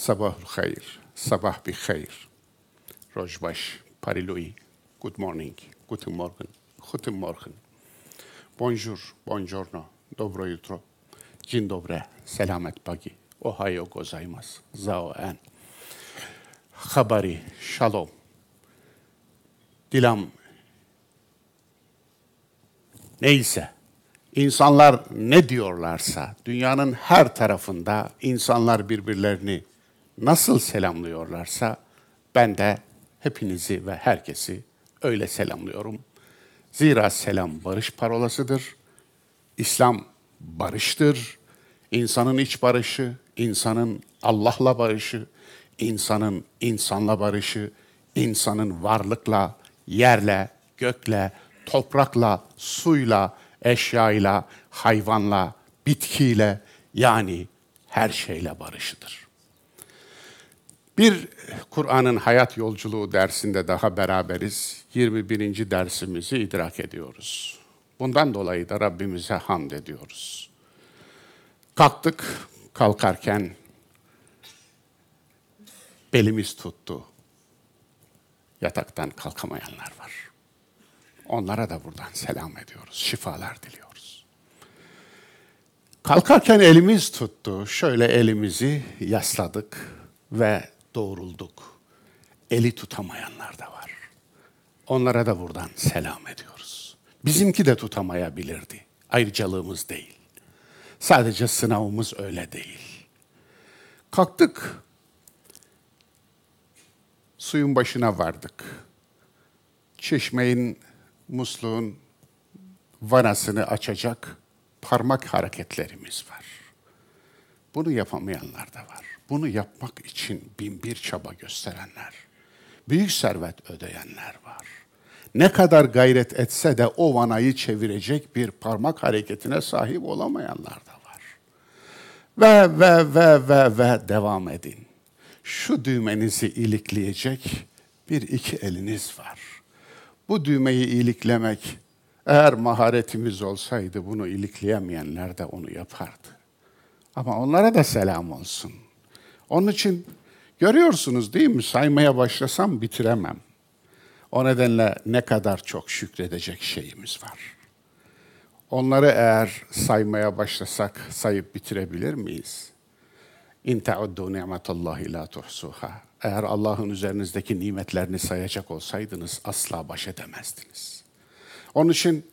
Sabahul hayır, sabah bir hayır. Rojbaş, parilui, good morning, guten Morgen, guten Morgen. Bonjour, buongiorno, dobro jutro, dzień dobry, selamet pagi, ohayo gozaimasu, zao en. Habari, shalom. Dilam, neyse, insanlar ne diyorlarsa, dünyanın her tarafında insanlar birbirlerini nasıl selamlıyorlarsa, ben de hepinizi ve herkesi öyle selamlıyorum. Zira selam barış parolasıdır. İslam barıştır. İnsanın iç barışı, insanın Allah'la barışı, insanın insanla barışı, insanın varlıkla, yerle, gökle, toprakla, suyla, eşyayla, hayvanla, bitkiyle, yani her şeyle barışıdır. Bir Kur'an'ın hayat yolculuğu dersinde daha beraberiz. 21. dersimizi idrak ediyoruz. Bundan dolayı da Rabbimize hamd ediyoruz. Kalktık, kalkarken belimiz tuttu. Yataktan kalkamayanlar var. Onlara da buradan selam ediyoruz, şifalar diliyoruz. Kalkarken elimiz tuttu, şöyle elimizi yasladık ve doğrulduk. Eli tutamayanlar da var. Onlara da buradan selam ediyoruz. Bizimki de tutamayabilirdi. Ayrıcalığımız değil. Sadece sınavımız öyle değil. Kalktık. Suyun başına vardık. Çeşmenin, musluğun vanasını açacak parmak hareketlerimiz var. Bunu yapamayanlar da var. Bunu yapmak için bin bir çaba gösterenler, büyük servet ödeyenler var. Ne kadar gayret etse de o vanayı çevirecek bir parmak hareketine sahip olamayanlar da var. Ve devam edin. Şu düğmenizi ilikleyecek bir iki eliniz var. Bu düğmeyi iliklemek, eğer maharetimiz olsaydı bunu ilikleyemeyenler de onu yapardı. Ama onlara da selam olsun. Onun için görüyorsunuz değil mi? Saymaya başlasam bitiremem. O nedenle ne kadar çok şükredecek şeyimiz var. Onları eğer saymaya başlasak sayıp bitirebilir miyiz? İn teuddu ni'metallahi la tuhsuha. Eğer Allah'ın üzerinizdeki nimetlerini sayacak olsaydınız asla baş edemezdiniz. Onun için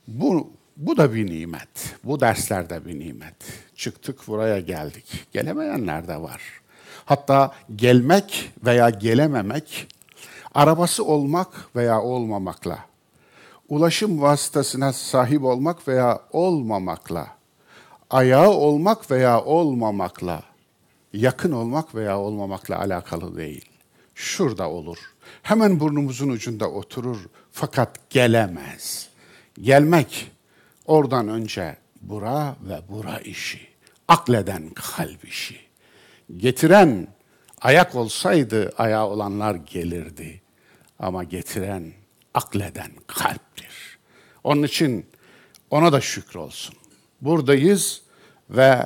bu da bir nimet. Bu dersler de bir nimet. Çıktık buraya geldik. Gelemeyenler de var. Hatta gelmek veya gelememek, arabası olmak veya olmamakla, ulaşım vasıtasına sahip olmak veya olmamakla, ayağı olmak veya olmamakla, yakın olmak veya olmamakla alakalı değil. Şurada olur. Hemen burnumuzun ucunda oturur fakat gelemez. Gelmek oradan önce bura ve bura işi. Akleden kalp işi. Getiren ayak olsaydı ayağı olanlar gelirdi. Ama getiren akleden kalptir. Onun için ona da şükür olsun. Buradayız ve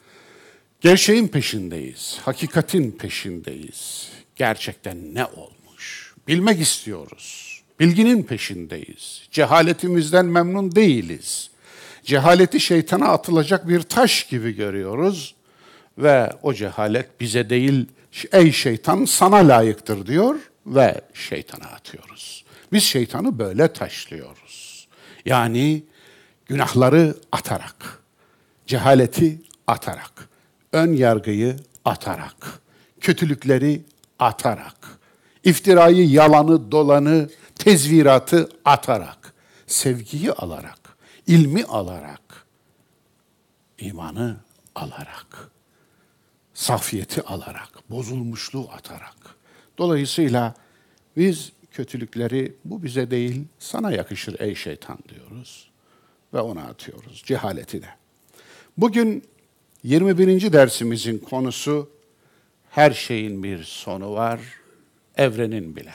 gerçeğin peşindeyiz, hakikatin peşindeyiz. Gerçekten ne olmuş? Bilmek istiyoruz. Bilginin peşindeyiz. Cehaletimizden memnun değiliz. Cehaleti şeytana atılacak bir taş gibi görüyoruz. Ve o cehalet bize değil, ey şeytan sana layıktır diyor ve şeytana atıyoruz. Biz şeytanı böyle taşlıyoruz. Yani günahları atarak, cehaleti atarak, ön yargıyı atarak, kötülükleri atarak, iftirayı, yalanı, dolanı, tezviratı atarak, sevgiyi alarak, ilmi alarak, imanı alarak, safiyeti alarak, bozulmuşluğu atarak. Dolayısıyla biz kötülükleri bu bize değil, sana yakışır ey şeytan diyoruz ve ona atıyoruz cehaleti de. Bugün 21. dersimizin konusu her şeyin bir sonu var, evrenin bile.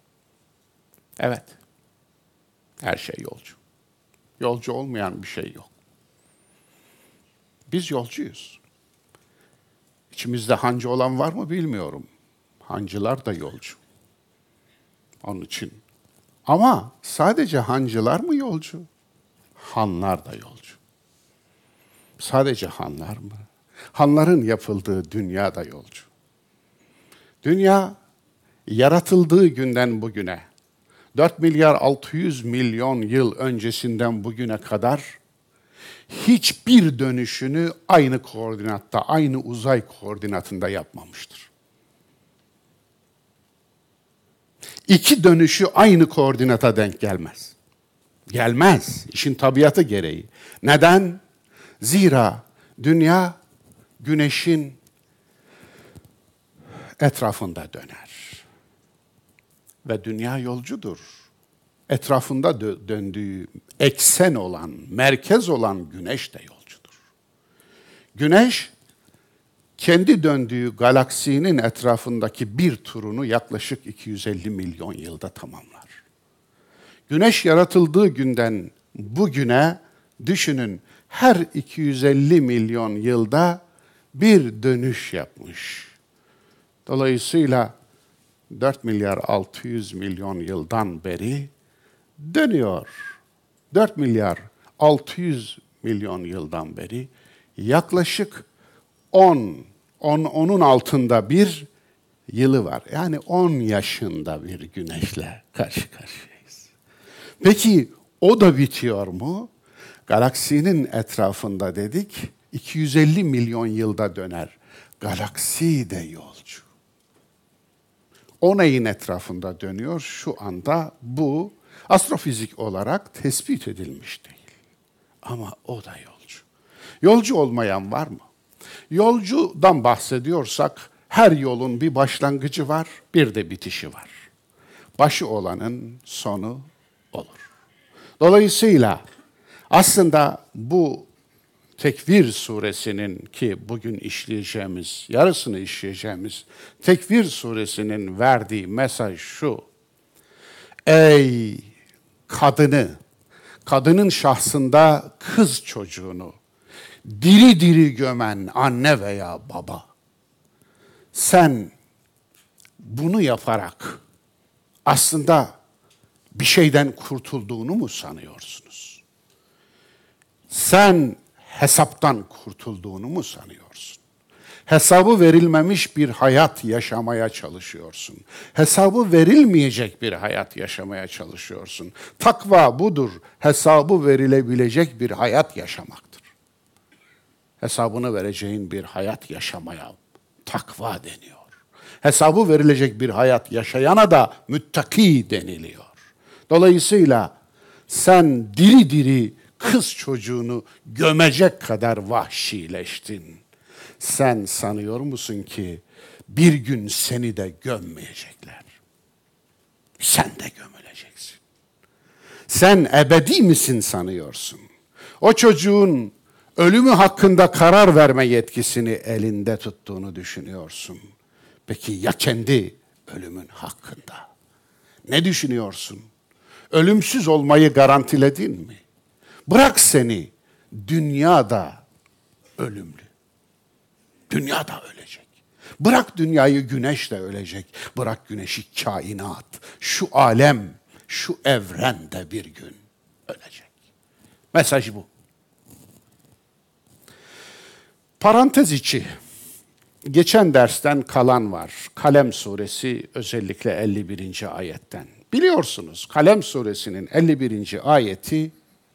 Evet, her şey yolcu. Yolcu olmayan bir şey yok. Biz yolcuyuz. İçimizde hancı olan var mı bilmiyorum. Hancılar da yolcu. Onun için. Ama sadece hancılar mı yolcu? Hanlar da yolcu. Sadece hanlar mı? Hanların yapıldığı dünya da yolcu. Dünya yaratıldığı günden bugüne 4 milyar 600 milyon yıl öncesinden bugüne kadar hiçbir dönüşünü aynı koordinatta, aynı uzay koordinatında yapmamıştır. İki dönüşü aynı koordinata denk gelmez. Gelmez. İşin tabiatı gereği. Neden? Zira dünya güneşin etrafında döner. Ve dünya yolcudur. Etrafında döndüğü eksen olan, merkez olan güneş de yolcudur. Güneş, kendi döndüğü galaksinin etrafındaki bir turunu yaklaşık 250 milyon yılda tamamlar. Güneş yaratıldığı günden bugüne düşünün, her 250 milyon yılda bir dönüş yapmış. Dolayısıyla 4 milyar 600 milyon yıldan beri dönüyor. 4 milyar 600 milyon yıldan beri yaklaşık 10'un altında bir yılı var. Yani 10 yaşında bir güneşle karşı karşıyayız. Peki o da bitiyor mu? Galaksinin etrafında dedik, 250 milyon yılda döner. Galaksi de yolcu. O neyin etrafında dönüyor? Şu anda bu astrofizik olarak tespit edilmiş değil. Ama o da yolcu. Yolcu olmayan var mı? Yolcudan bahsediyorsak her yolun bir başlangıcı var, bir de bitişi var. Başı olanın sonu olur. Dolayısıyla aslında bu Tekvir suresinin ki bugün işleyeceğimiz, yarısını işleyeceğimiz Tekvir suresinin verdiği mesaj şu. Ey kadının şahsında kız çocuğunu diri diri gömen anne veya baba. Sen bunu yaparak aslında bir şeyden kurtulduğunu mu sanıyorsunuz? Sen hesaptan kurtulduğunu mu sanıyorsun? Hesabı verilmemiş bir hayat yaşamaya çalışıyorsun. Hesabı verilmeyecek bir hayat yaşamaya çalışıyorsun. Takva budur. Hesabı verilebilecek bir hayat yaşamaktır. Hesabını vereceğin bir hayat yaşamaya takva deniyor. Hesabı verilecek bir hayat yaşayana da müttaki deniliyor. Dolayısıyla sen diri diri kız çocuğunu gömecek kadar vahşileştin. Sen sanıyor musun ki bir gün seni de gömmeyecekler? Sen de gömüleceksin. Sen ebedi misin sanıyorsun? O çocuğun ölümü hakkında karar verme yetkisini elinde tuttuğunu düşünüyorsun. Peki ya kendi ölümün hakkında? Ne düşünüyorsun? Ölümsüz olmayı garantiledin mi? Bırak seni, dünya da ölümlü. Dünya da ölecek. Bırak dünyayı, güneş de ölecek. Bırak güneşi, kainat, şu alem, şu evren de bir gün ölecek. Mesaj bu. Parantez içi, geçen dersten kalan var. Kalem suresi özellikle 51. ayetten. Biliyorsunuz Kalem suresinin 51. ayeti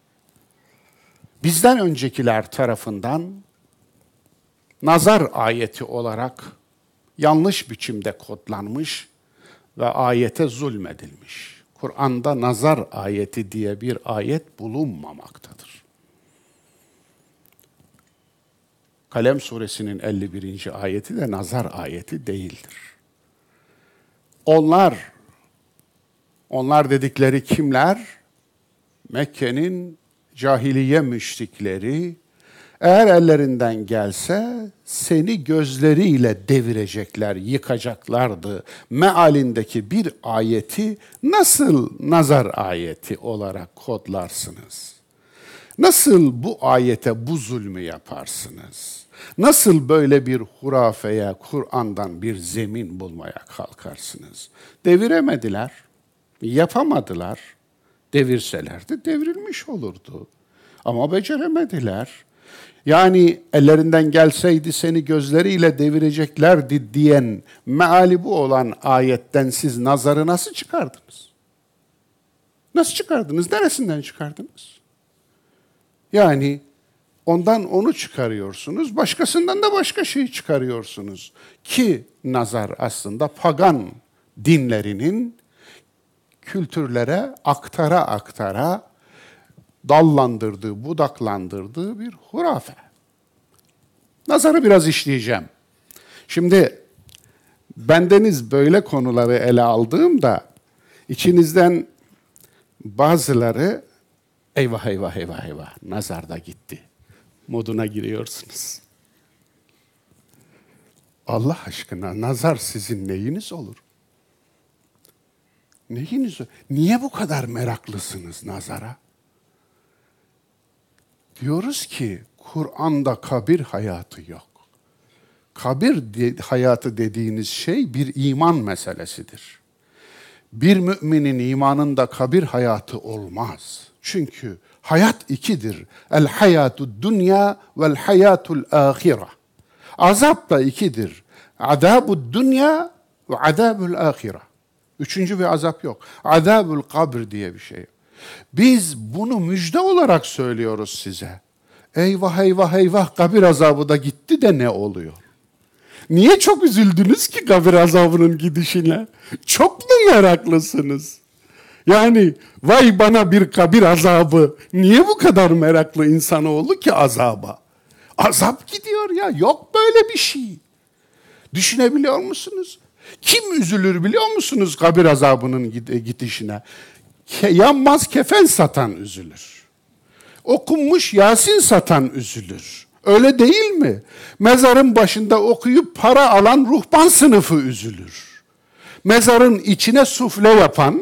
bizden öncekiler tarafından nazar ayeti olarak yanlış biçimde kodlanmış ve ayete zulmedilmiş. Kur'an'da nazar ayeti diye bir ayet bulunmamaktadır. Kalem suresinin 51. ayeti de nazar ayeti değildir. Onlar dedikleri kimler? Mekke'nin cahiliye müşrikleri, eğer ellerinden gelse seni gözleriyle devirecekler, yıkacaklardı. Mealindeki bir ayeti nasıl nazar ayeti olarak kodlarsınız? Nasıl bu ayete bu zulmü yaparsınız? Nasıl böyle bir hurafeye Kur'an'dan bir zemin bulmaya kalkarsınız? Deviremediler, yapamadılar. Devirselerdi devrilmiş olurdu. Ama beceremediler. Yani ellerinden gelseydi seni gözleriyle devireceklerdi diyen meali bu olan ayetten siz nazarı nasıl çıkardınız? Nasıl çıkardınız? Neresinden çıkardınız? Yani ondan onu çıkarıyorsunuz, başkasından da başka şey çıkarıyorsunuz. Ki nazar aslında pagan dinlerinin kültürlere aktara aktara dallandırdığı, budaklandırdığı bir hurafe. Nazarı biraz işleyeceğim. Şimdi bendeniz böyle konuları ele aldığımda içinizden bazıları eyvah eyvah eyvah eyvah nazar da gitti moduna giriyorsunuz. Allah aşkına nazar sizin neyiniz olur? Neyiniz olur? Niye bu kadar meraklısınız nazara? Diyoruz ki Kur'an'da kabir hayatı yok. Hayatı dediğiniz şey bir iman meselesidir. Bir müminin imanında kabir hayatı olmaz. Çünkü hayat ikidir. El hayatu dünya vel hayatul ahire. Azap da ikidir. Azabud dünya ve azabul ahire. Üçüncü bir azap yok. Azabul kabr diye bir şey. Biz bunu müjde olarak söylüyoruz size. Eyvah eyvah eyvah kabir azabı da gitti de ne oluyor? Niye çok üzüldünüz ki kabir azabının gidişine? Çok mu meraklısınız? Yani vay bana bir kabir azabı. Niye bu kadar meraklı insanoğlu ki azaba? Azap gidiyor ya. Yok böyle bir şey. Düşünebiliyor musunuz? Kim üzülür biliyor musunuz kabir azabının gidişine? Yanmaz kefen satan üzülür. Okunmuş Yasin satan üzülür. Öyle değil mi? Mezarın başında okuyup para alan ruhban sınıfı üzülür. Mezarın içine sufle yapan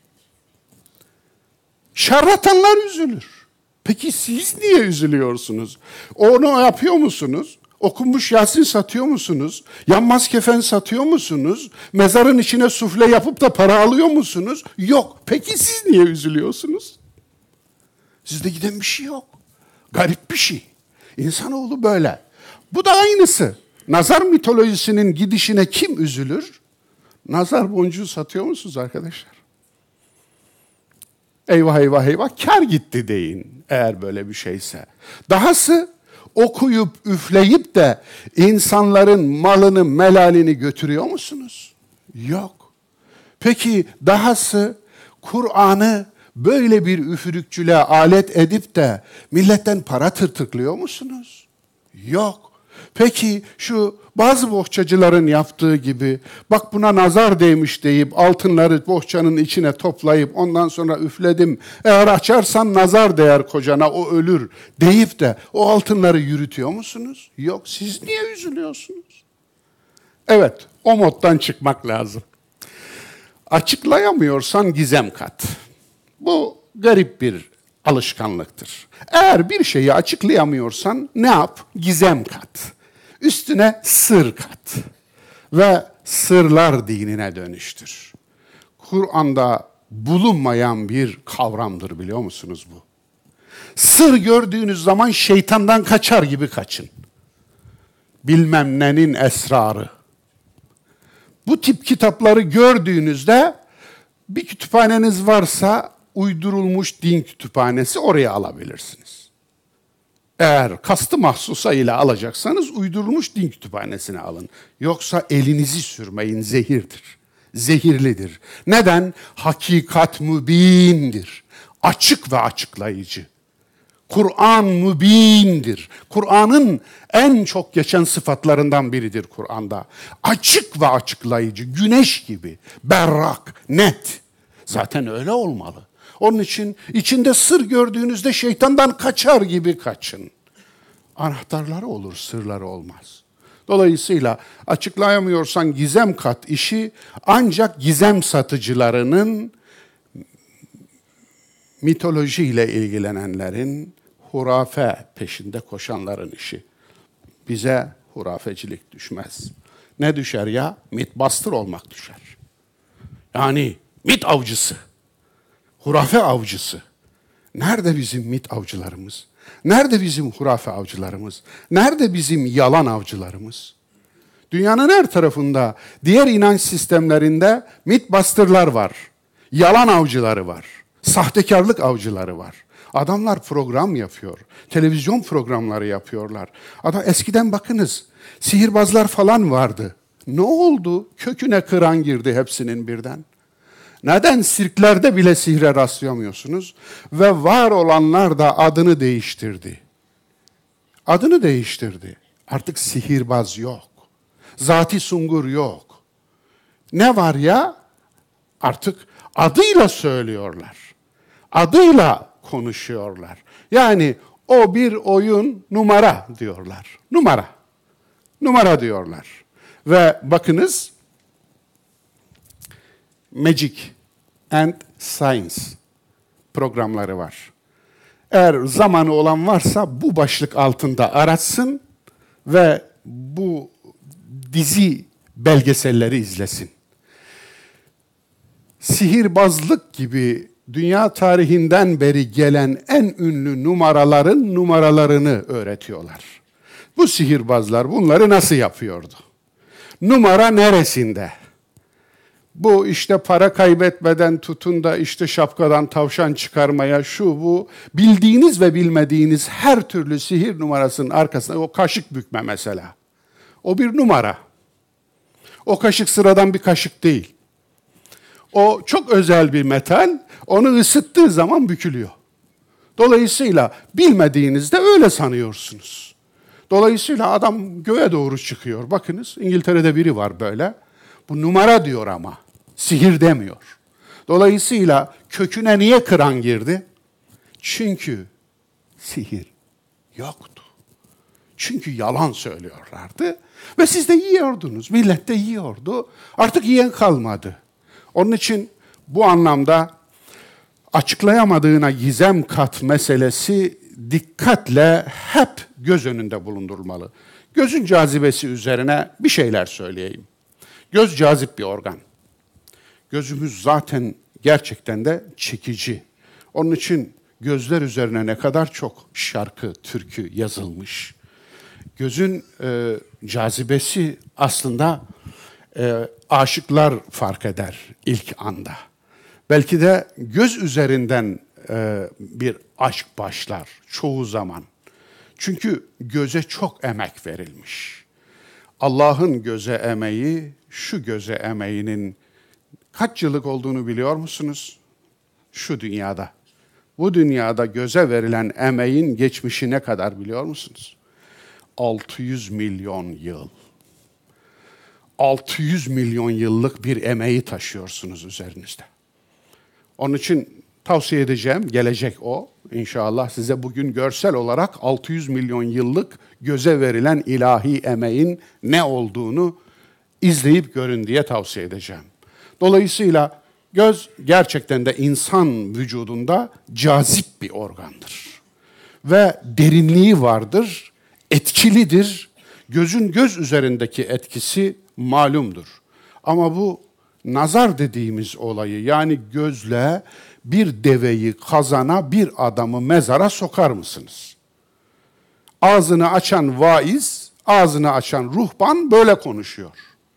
şarlatanlar üzülür. Peki siz niye üzülüyorsunuz? Onu yapıyor musunuz? Okunmuş Yasin satıyor musunuz? Yanmaz kefen satıyor musunuz? Mezarın içine sufle yapıp da para alıyor musunuz? Yok. Peki siz niye üzülüyorsunuz? Sizde giden bir şey yok. Garip bir şey. İnsanoğlu böyle. Bu da aynısı. Nazar mitolojisinin gidişine kim üzülür? Nazar boncuğu satıyor musunuz arkadaşlar? Eyvah eyvah eyvah kar gitti deyin eğer böyle bir şeyse. Dahası okuyup üfleyip de insanların malını melalini götürüyor musunuz? Yok. Peki dahası Kur'an'ı böyle bir üfürükçülüğe alet edip de milletten para tırtıklıyor musunuz? Yok. Peki şu bazı bohçacıların yaptığı gibi bak buna nazar değmiş deyip altınları bohçanın içine toplayıp ondan sonra üfledim. Eğer açarsan nazar değer kocana o ölür deyip de o altınları yürütüyor musunuz? Yok. Siz niye üzülüyorsunuz? Evet, o moddan çıkmak lazım. Açıklayamıyorsan gizem kat. Bu garip bir alışkanlıktır. Eğer bir şeyi açıklayamıyorsan ne yap? Gizem kat. Üstüne sır kat. Ve sırlar dinine dönüştür. Kur'an'da bulunmayan bir kavramdır biliyor musunuz bu? Sır gördüğünüz zaman şeytandan kaçar gibi kaçın. Bilmem nenin esrarı. Bu tip kitapları gördüğünüzde bir kütüphaneniz varsa uydurulmuş din kütüphanesi oraya alabilirsiniz. Eğer kastı mahsusa ile alacaksanız uydurulmuş din kütüphanesine alın. Yoksa elinizi sürmeyin, zehirdir. Zehirlidir. Neden? Hakikat mübindir. Açık ve açıklayıcı. Kur'an mübindir. Kur'an'ın en çok geçen sıfatlarından biridir Kur'an'da. Açık ve açıklayıcı, güneş gibi, berrak, net. Zaten öyle olmalı. Onun için içinde sır gördüğünüzde şeytandan kaçar gibi kaçın. Anahtarları olur, sırları olmaz. Dolayısıyla açıklayamıyorsan gizem kat işi ancak gizem satıcılarının, mitolojiyle ilgilenenlerin, hurafe peşinde koşanların işi. bize hurafecilik düşmez. Ne düşer ya? Mythbuster olmak düşer. Yani mit avcısı, hurafe avcısı. Nerede bizim mit avcılarımız? Nerede bizim hurafe avcılarımız? Nerede bizim yalan avcılarımız? Dünyanın her tarafında, diğer inanç sistemlerinde mythbuster'lar var. Yalan avcıları var. Sahtekarlık avcıları var. Adamlar program yapıyor. Televizyon programları yapıyorlar. Eskiden bakınız, sihirbazlar falan vardı. Ne oldu? Köküne kıran girdi hepsinin birden. Neden sirklerde bile sihre rastlayamıyorsunuz? Ve var olanlar da adını değiştirdi. Adını değiştirdi. Artık sihirbaz yok. Zati sungur yok. Ne var ya? Artık adıyla söylüyorlar. Adıyla konuşuyorlar. Yani o bir oyun, numara diyorlar. Numara. Numara diyorlar. Ve bakınız, Magic and Science programları var. Eğer zamanı olan varsa bu başlık altında aratsın ve bu dizi belgeselleri izlesin. Sihirbazlık gibi dünya tarihinden beri gelen en ünlü numaraların numaralarını öğretiyorlar. Bu sihirbazlar bunları nasıl yapıyordu? Numara neresinde? Bu işte para kaybetmeden tutun da işte şapkadan tavşan çıkarmaya, şu bu, bildiğiniz ve bilmediğiniz her türlü sihir numarasının arkasında, o kaşık bükme mesela. O bir numara. O kaşık sıradan bir kaşık değil. O çok özel bir metal, onu ısıttığı zaman bükülüyor. Dolayısıyla bilmediğinizde öyle sanıyorsunuz. Dolayısıyla adam göğe doğru çıkıyor. Bakınız, İngiltere'de biri var böyle. Bu numara diyor ama, sihir demiyor. Dolayısıyla köküne niye kıran girdi? Çünkü sihir yoktu. Çünkü yalan söylüyorlardı ve siz de yiyordunuz, millet de yiyordu. Artık yiyen kalmadı. Onun için bu anlamda açıklayamadığına gizem kat meselesi dikkatle hep göz önünde bulundurulmalı. Gözün cazibesi üzerine bir şeyler söyleyeyim. Göz cazip bir organ. Gözümüz zaten gerçekten de çekici. Onun için gözler üzerine ne kadar çok şarkı, türkü yazılmış. Gözün cazibesi aslında aşıklar fark eder ilk anda. Belki de göz üzerinden bir aşk başlar çoğu zaman. Çünkü göze çok emek verilmiş. Allah'ın göze emeği, şu göze emeğinin kaç yıllık olduğunu biliyor musunuz? Şu dünyada. Bu dünyada göze verilen emeğin geçmişi ne kadar biliyor musunuz? 600 milyon yıl. 600 milyon yıllık bir emeği taşıyorsunuz üzerinizde. Onun için tavsiye edeceğim, gelecek o. İnşallah size bugün görsel olarak 600 milyon yıllık göze verilen ilahi emeğin ne olduğunu izleyip görün diye tavsiye edeceğim. Dolayısıyla göz gerçekten de insan vücudunda cazip bir organdır. Ve derinliği vardır, etkilidir. Gözün göz üzerindeki etkisi malumdur. Ama bu nazar dediğimiz olayı, yani gözle bir deveyi kazana, bir adamı mezara sokar mısınız? Ağzını açan vaiz, ağzını açan ruhban böyle konuşuyor.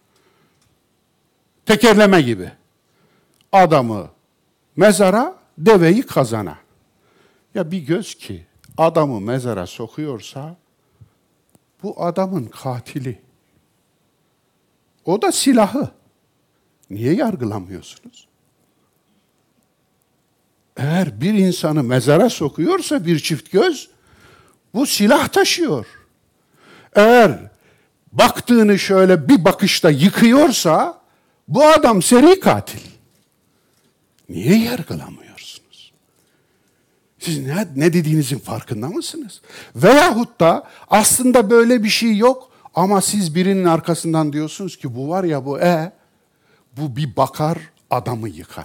Tekerleme gibi. Adamı mezara, deveyi kazana. Ya bir göz ki adamı mezara sokuyorsa bu adamın katili. O da silahı. Niye yargılamıyorsunuz? Eğer bir insanı mezara sokuyorsa bir çift göz, bu silah taşıyor. Eğer baktığını şöyle bir bakışta yıkıyorsa, bu adam seri katil. Niye yargılamıyorsunuz? Siz ne dediğinizin farkında mısınız? Veyahut da aslında böyle bir şey yok ama siz birinin arkasından diyorsunuz ki bu var ya bu bir bakar adamı yıkar.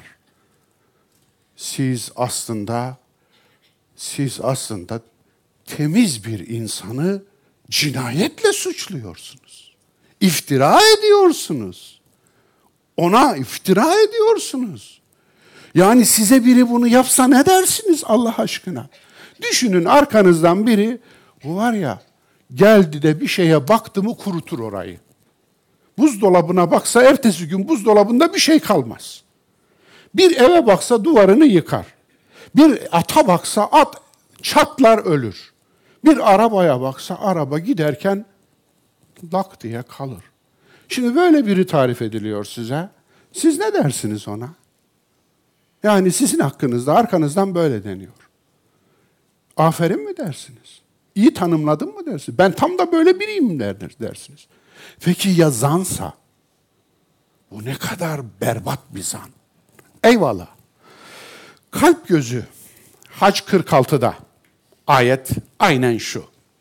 Siz aslında temiz bir insanı Cinayetle suçluyorsunuz. İftira ediyorsunuz. Ona iftira ediyorsunuz. Yani size biri bunu yapsa ne dersiniz Allah aşkına? Düşünün, arkanızdan biri, bu var ya, geldi de bir şeye baktı mı kurutur orayı. Buzdolabına baksa ertesi gün buzdolabında bir şey kalmaz. Bir eve baksa duvarını yıkar. Bir ata baksa at çatlar ölür. Bir arabaya baksa araba giderken lak diye kalır. Şimdi böyle biri tarif ediliyor size. Siz ne dersiniz ona? Yani sizin hakkınızda, arkanızdan böyle deniyor. Aferin mi dersiniz? İyi tanımladın mı dersiniz? Ben tam da böyle biriyim dersiniz. Peki ya zansa? Bu ne kadar berbat bir zan. Eyvallah. Kalp gözü. Hac 46'da. Ayet aynen şu.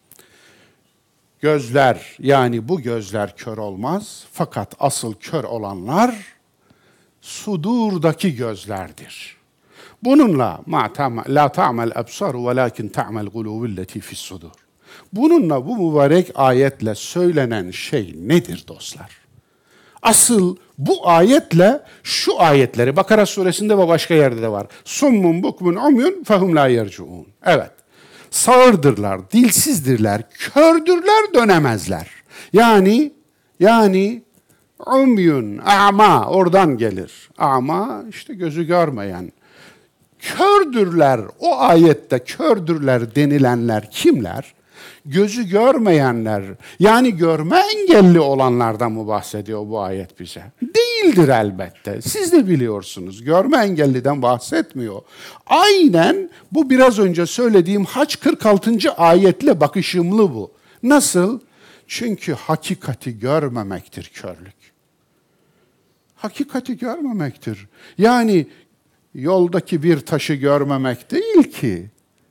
Gözler, yani bu gözler kör olmaz. Fakat asıl kör olanlar sudurdaki gözlerdir. Bununla la ta'mel absaru velakin ta'mel guluvilleti fis sudur. Bununla bu mübarek ayetle söylenen şey nedir dostlar? Asıl bu ayetle şu ayetleri Bakara suresinde ve başka yerde de var. Summun bukmun umyun fehum la yercuun. Evet. Sağırdırlar, dilsizdirler, kördürler, dönemezler. Yani umyun, a'ma oradan gelir. A'ma işte gözü görmeyen. Kördürler, o ayette kördürler denilenler kimler? Gözü görmeyenler, yani görme engelli olanlardan mı bahsediyor bu ayet bize? Değildir elbette. Siz de biliyorsunuz. Görme engelliden bahsetmiyor. Aynen bu biraz önce söylediğim Hac 46. ayetle bakışımlı bu. Nasıl? Çünkü hakikati görmemektir körlük. Hakikati görmemektir. Yani yoldaki bir taşı görmemek değil ki.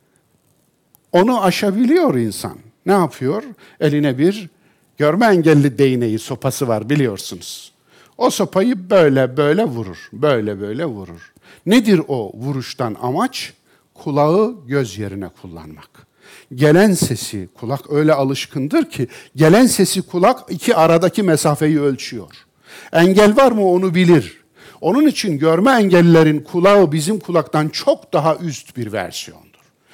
Onu aşabiliyor insan. Ne yapıyor? Eline bir görme engelli değneği, sopası var biliyorsunuz. O sopayı böyle vurur, böyle vurur. Nedir o vuruştan amaç? Kulağı göz yerine kullanmak. Gelen sesi, kulak öyle alışkındır ki, gelen sesi kulak iki aradaki mesafeyi ölçüyor. Engel var mı onu bilir. Onun için görme engellilerin kulağı bizim kulaktan çok daha üst bir versiyondur.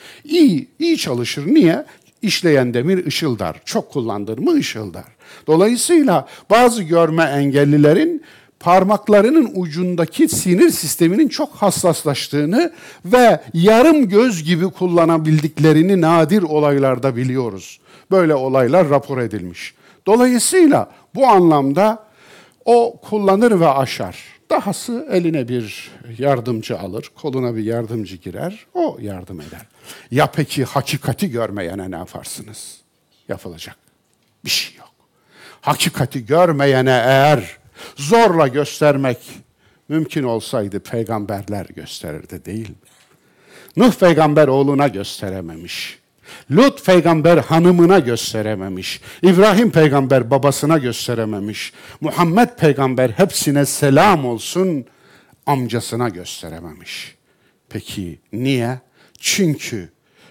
İyi çalışır. Niye? İşleyen demir ışıldar. Çok kullandır mı ışıldar. Dolayısıyla bazı görme engellilerin parmaklarının ucundaki sinir sisteminin çok hassaslaştığını ve yarım göz gibi kullanabildiklerini nadir olaylarda biliyoruz. Böyle olaylar rapor edilmiş. Dolayısıyla bu anlamda o kullanır ve aşar. Dahası eline bir yardımcı alır, koluna bir yardımcı girer, o yardım eder. Ya peki hakikati görmeyene ne yaparsınız? Yapılacak bir şey yok. Hakikati görmeyene eğer zorla göstermek mümkün olsaydı peygamberler gösterirdi değil mi? Nuh peygamber oğluna gösterememiş. Lut peygamber hanımına gösterememiş. İbrahim peygamber babasına gösterememiş. Muhammed peygamber hepsine selam olsun amcasına gösterememiş. Peki niye? Çünkü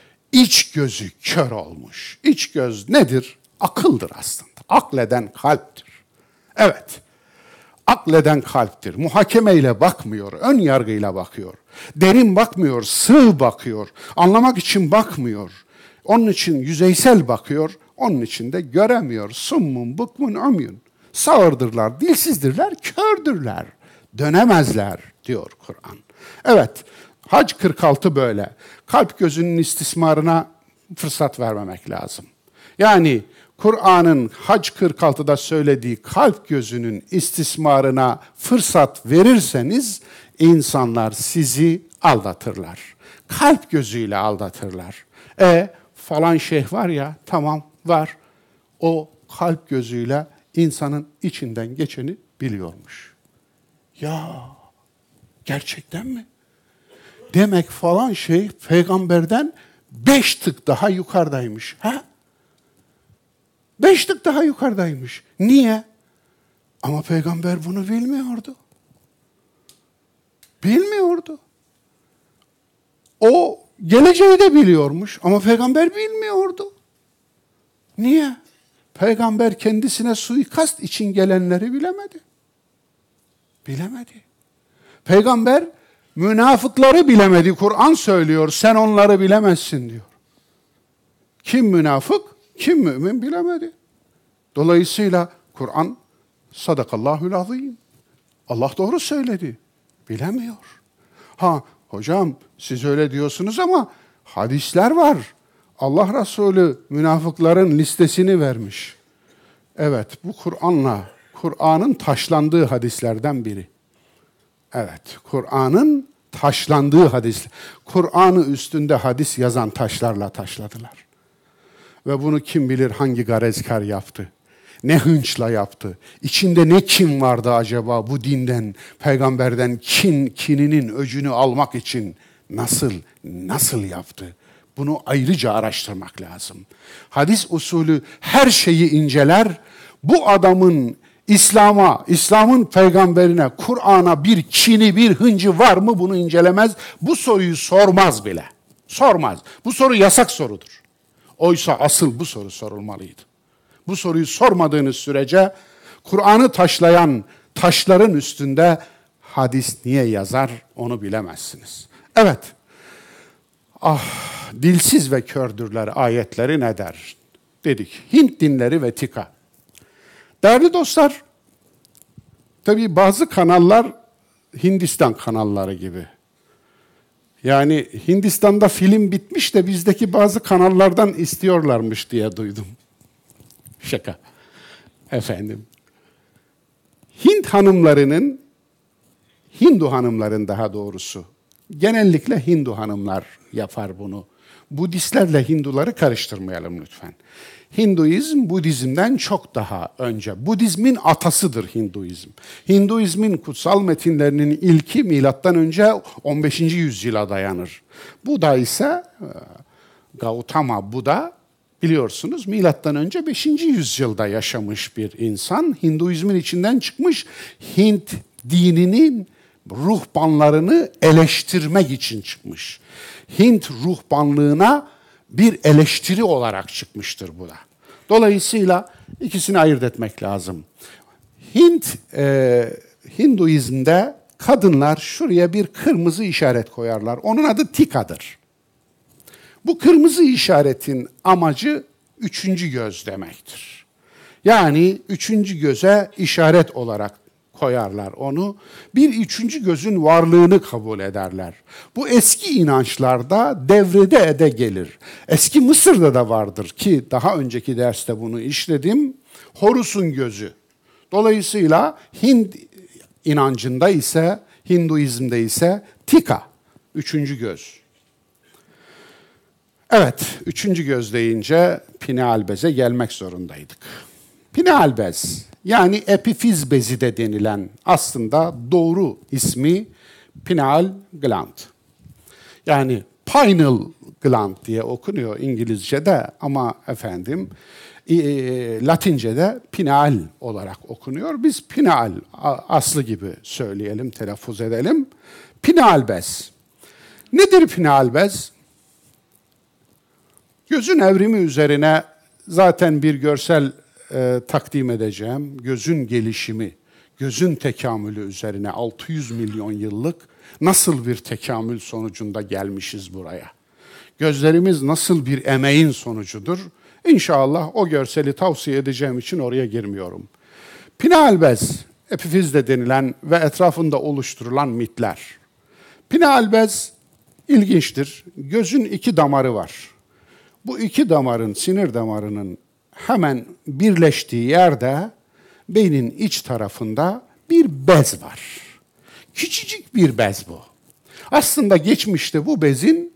iç gözü kör olmuş. İç göz nedir? Akıldır aslında. Akleden kalptir. Evet. Akleden kalptir. Muhakemeyle bakmıyor, ön yargıyla bakıyor. Derin bakmıyor, sığ bakıyor. Anlamak için bakmıyor. Onun için yüzeysel bakıyor, onun için de göremiyor. Summun, bukmun, umyun. Sağırdırlar, dilsizdirler, kördürler. Dönemezler diyor Kur'an. Evet, Hac 46 böyle. Kalp gözünün istismarına fırsat vermemek lazım. Yani Kur'an'ın Hac 46'da söylediği kalp gözünün istismarına fırsat verirseniz insanlar sizi aldatırlar. Kalp gözüyle aldatırlar. Falan şeyh var ya, tamam var. O kalp gözüyle insanın içinden geçeni biliyormuş. Ya gerçekten mi? Demek falan şeyh peygamberden 5 tık daha yukarıdaymış. Ha? 5 tık daha yukarıdaymış. Niye? Ama peygamber bunu bilmiyordu. Bilmiyordu. O geleceği de biliyormuş ama peygamber bilmiyordu. Niye? Peygamber kendisine suikast için gelenleri bilemedi. Bilemedi. Peygamber münafıkları bilemedi. Kur'an söylüyor, sen onları bilemezsin diyor. Kim münafık, kim mümin bilemedi. Dolayısıyla Kur'an, sadakallahul azim. Allah doğru söyledi. Bilemiyor. Ha hocam siz öyle diyorsunuz ama hadisler var. Allah Resulü münafıkların listesini vermiş. Evet, bu Kur'an'ın taşlandığı hadislerden biri. Evet, Kur'an'ın taşlandığı hadis. Kur'an'ı üstünde hadis yazan taşlarla taşladılar. Ve bunu kim bilir hangi garezkar yaptı? Ne hınçla yaptı? İçinde ne kin vardı acaba bu dinden, peygamberden kininin öcünü almak için nasıl yaptı? Bunu ayrıca araştırmak lazım. Hadis usulü her şeyi inceler. Bu adamın İslam'ın peygamberine, Kur'an'a bir kini, bir hıncı var mı bunu incelemez. Bu soruyu sormaz bile. Sormaz. Bu soru yasak sorudur. Oysa asıl bu soru sorulmalıydı. Bu soruyu sormadığınız sürece Kur'an'ı taşlayan taşların üstünde hadis niye yazar onu bilemezsiniz. Evet. Dilsiz ve kördürler ayetleri ne der? Dedik. Hint dinleri ve tika. Değerli dostlar, tabii bazı kanallar Hindistan kanalları gibi. Yani Hindistan'da film bitmiş de bizdeki bazı kanallardan istiyorlarmış diye duydum. Şaka. Efendim. Hindu hanımların daha doğrusu, genellikle Hindu hanımlar yapar bunu. Budistlerle Hinduları karıştırmayalım lütfen. Hinduizm, Budizm'den çok daha önce. Budizmin atasıdır Hinduizm. Hinduizmin kutsal metinlerinin ilki milattan önce 15. yüzyıla dayanır. Buda ise Gautama Buda, biliyorsunuz milattan önce 5. yüzyılda yaşamış bir insan. Hinduizmin içinden çıkmış, Hint dininin ruhbanlarını eleştirmek için çıkmış. Hint ruhbanlığına bir eleştiri olarak çıkmıştır bu da. Dolayısıyla ikisini ayırt etmek lazım. Hinduizm'de kadınlar şuraya bir kırmızı işaret koyarlar. Onun adı tikadır. Bu kırmızı işaretin amacı üçüncü göz demektir. Yani üçüncü göze işaret olarak koyarlar onu. Bir üçüncü gözün varlığını kabul ederler. Bu eski inançlarda devrede ede gelir. Eski Mısır'da da vardır ki daha önceki derste bunu işledim. Horus'un gözü. Dolayısıyla Hind inancında ise, Hinduizm'de ise tika, üçüncü göz. Evet, üçüncü göz deyince pineal beze gelmek zorundaydık. Pineal bez, yani epifiz bezi de denilen aslında doğru ismi pineal gland. Yani pineal gland diye okunuyor İngilizce'de ama efendim Latince'de pineal olarak okunuyor. Biz pineal aslı gibi söyleyelim, telaffuz edelim. Pineal bez. Nedir pineal bez? Gözün evrimi üzerine zaten bir görsel takdim edeceğim. Gözün gelişimi, gözün tekamülü üzerine 600 milyon yıllık nasıl bir tekamül sonucunda gelmişiz buraya? Gözlerimiz nasıl bir emeğin sonucudur? İnşallah o görseli tavsiye edeceğim için oraya girmiyorum. Pineal bez, epifiz de denilen ve etrafında oluşturulan mitler. Pineal bez ilginçtir. Gözün iki damarı var. Bu iki damarın, sinir damarının hemen birleştiği yerde beynin iç tarafında bir bez var. Küçücük bir bez bu. Aslında geçmişte bu bezin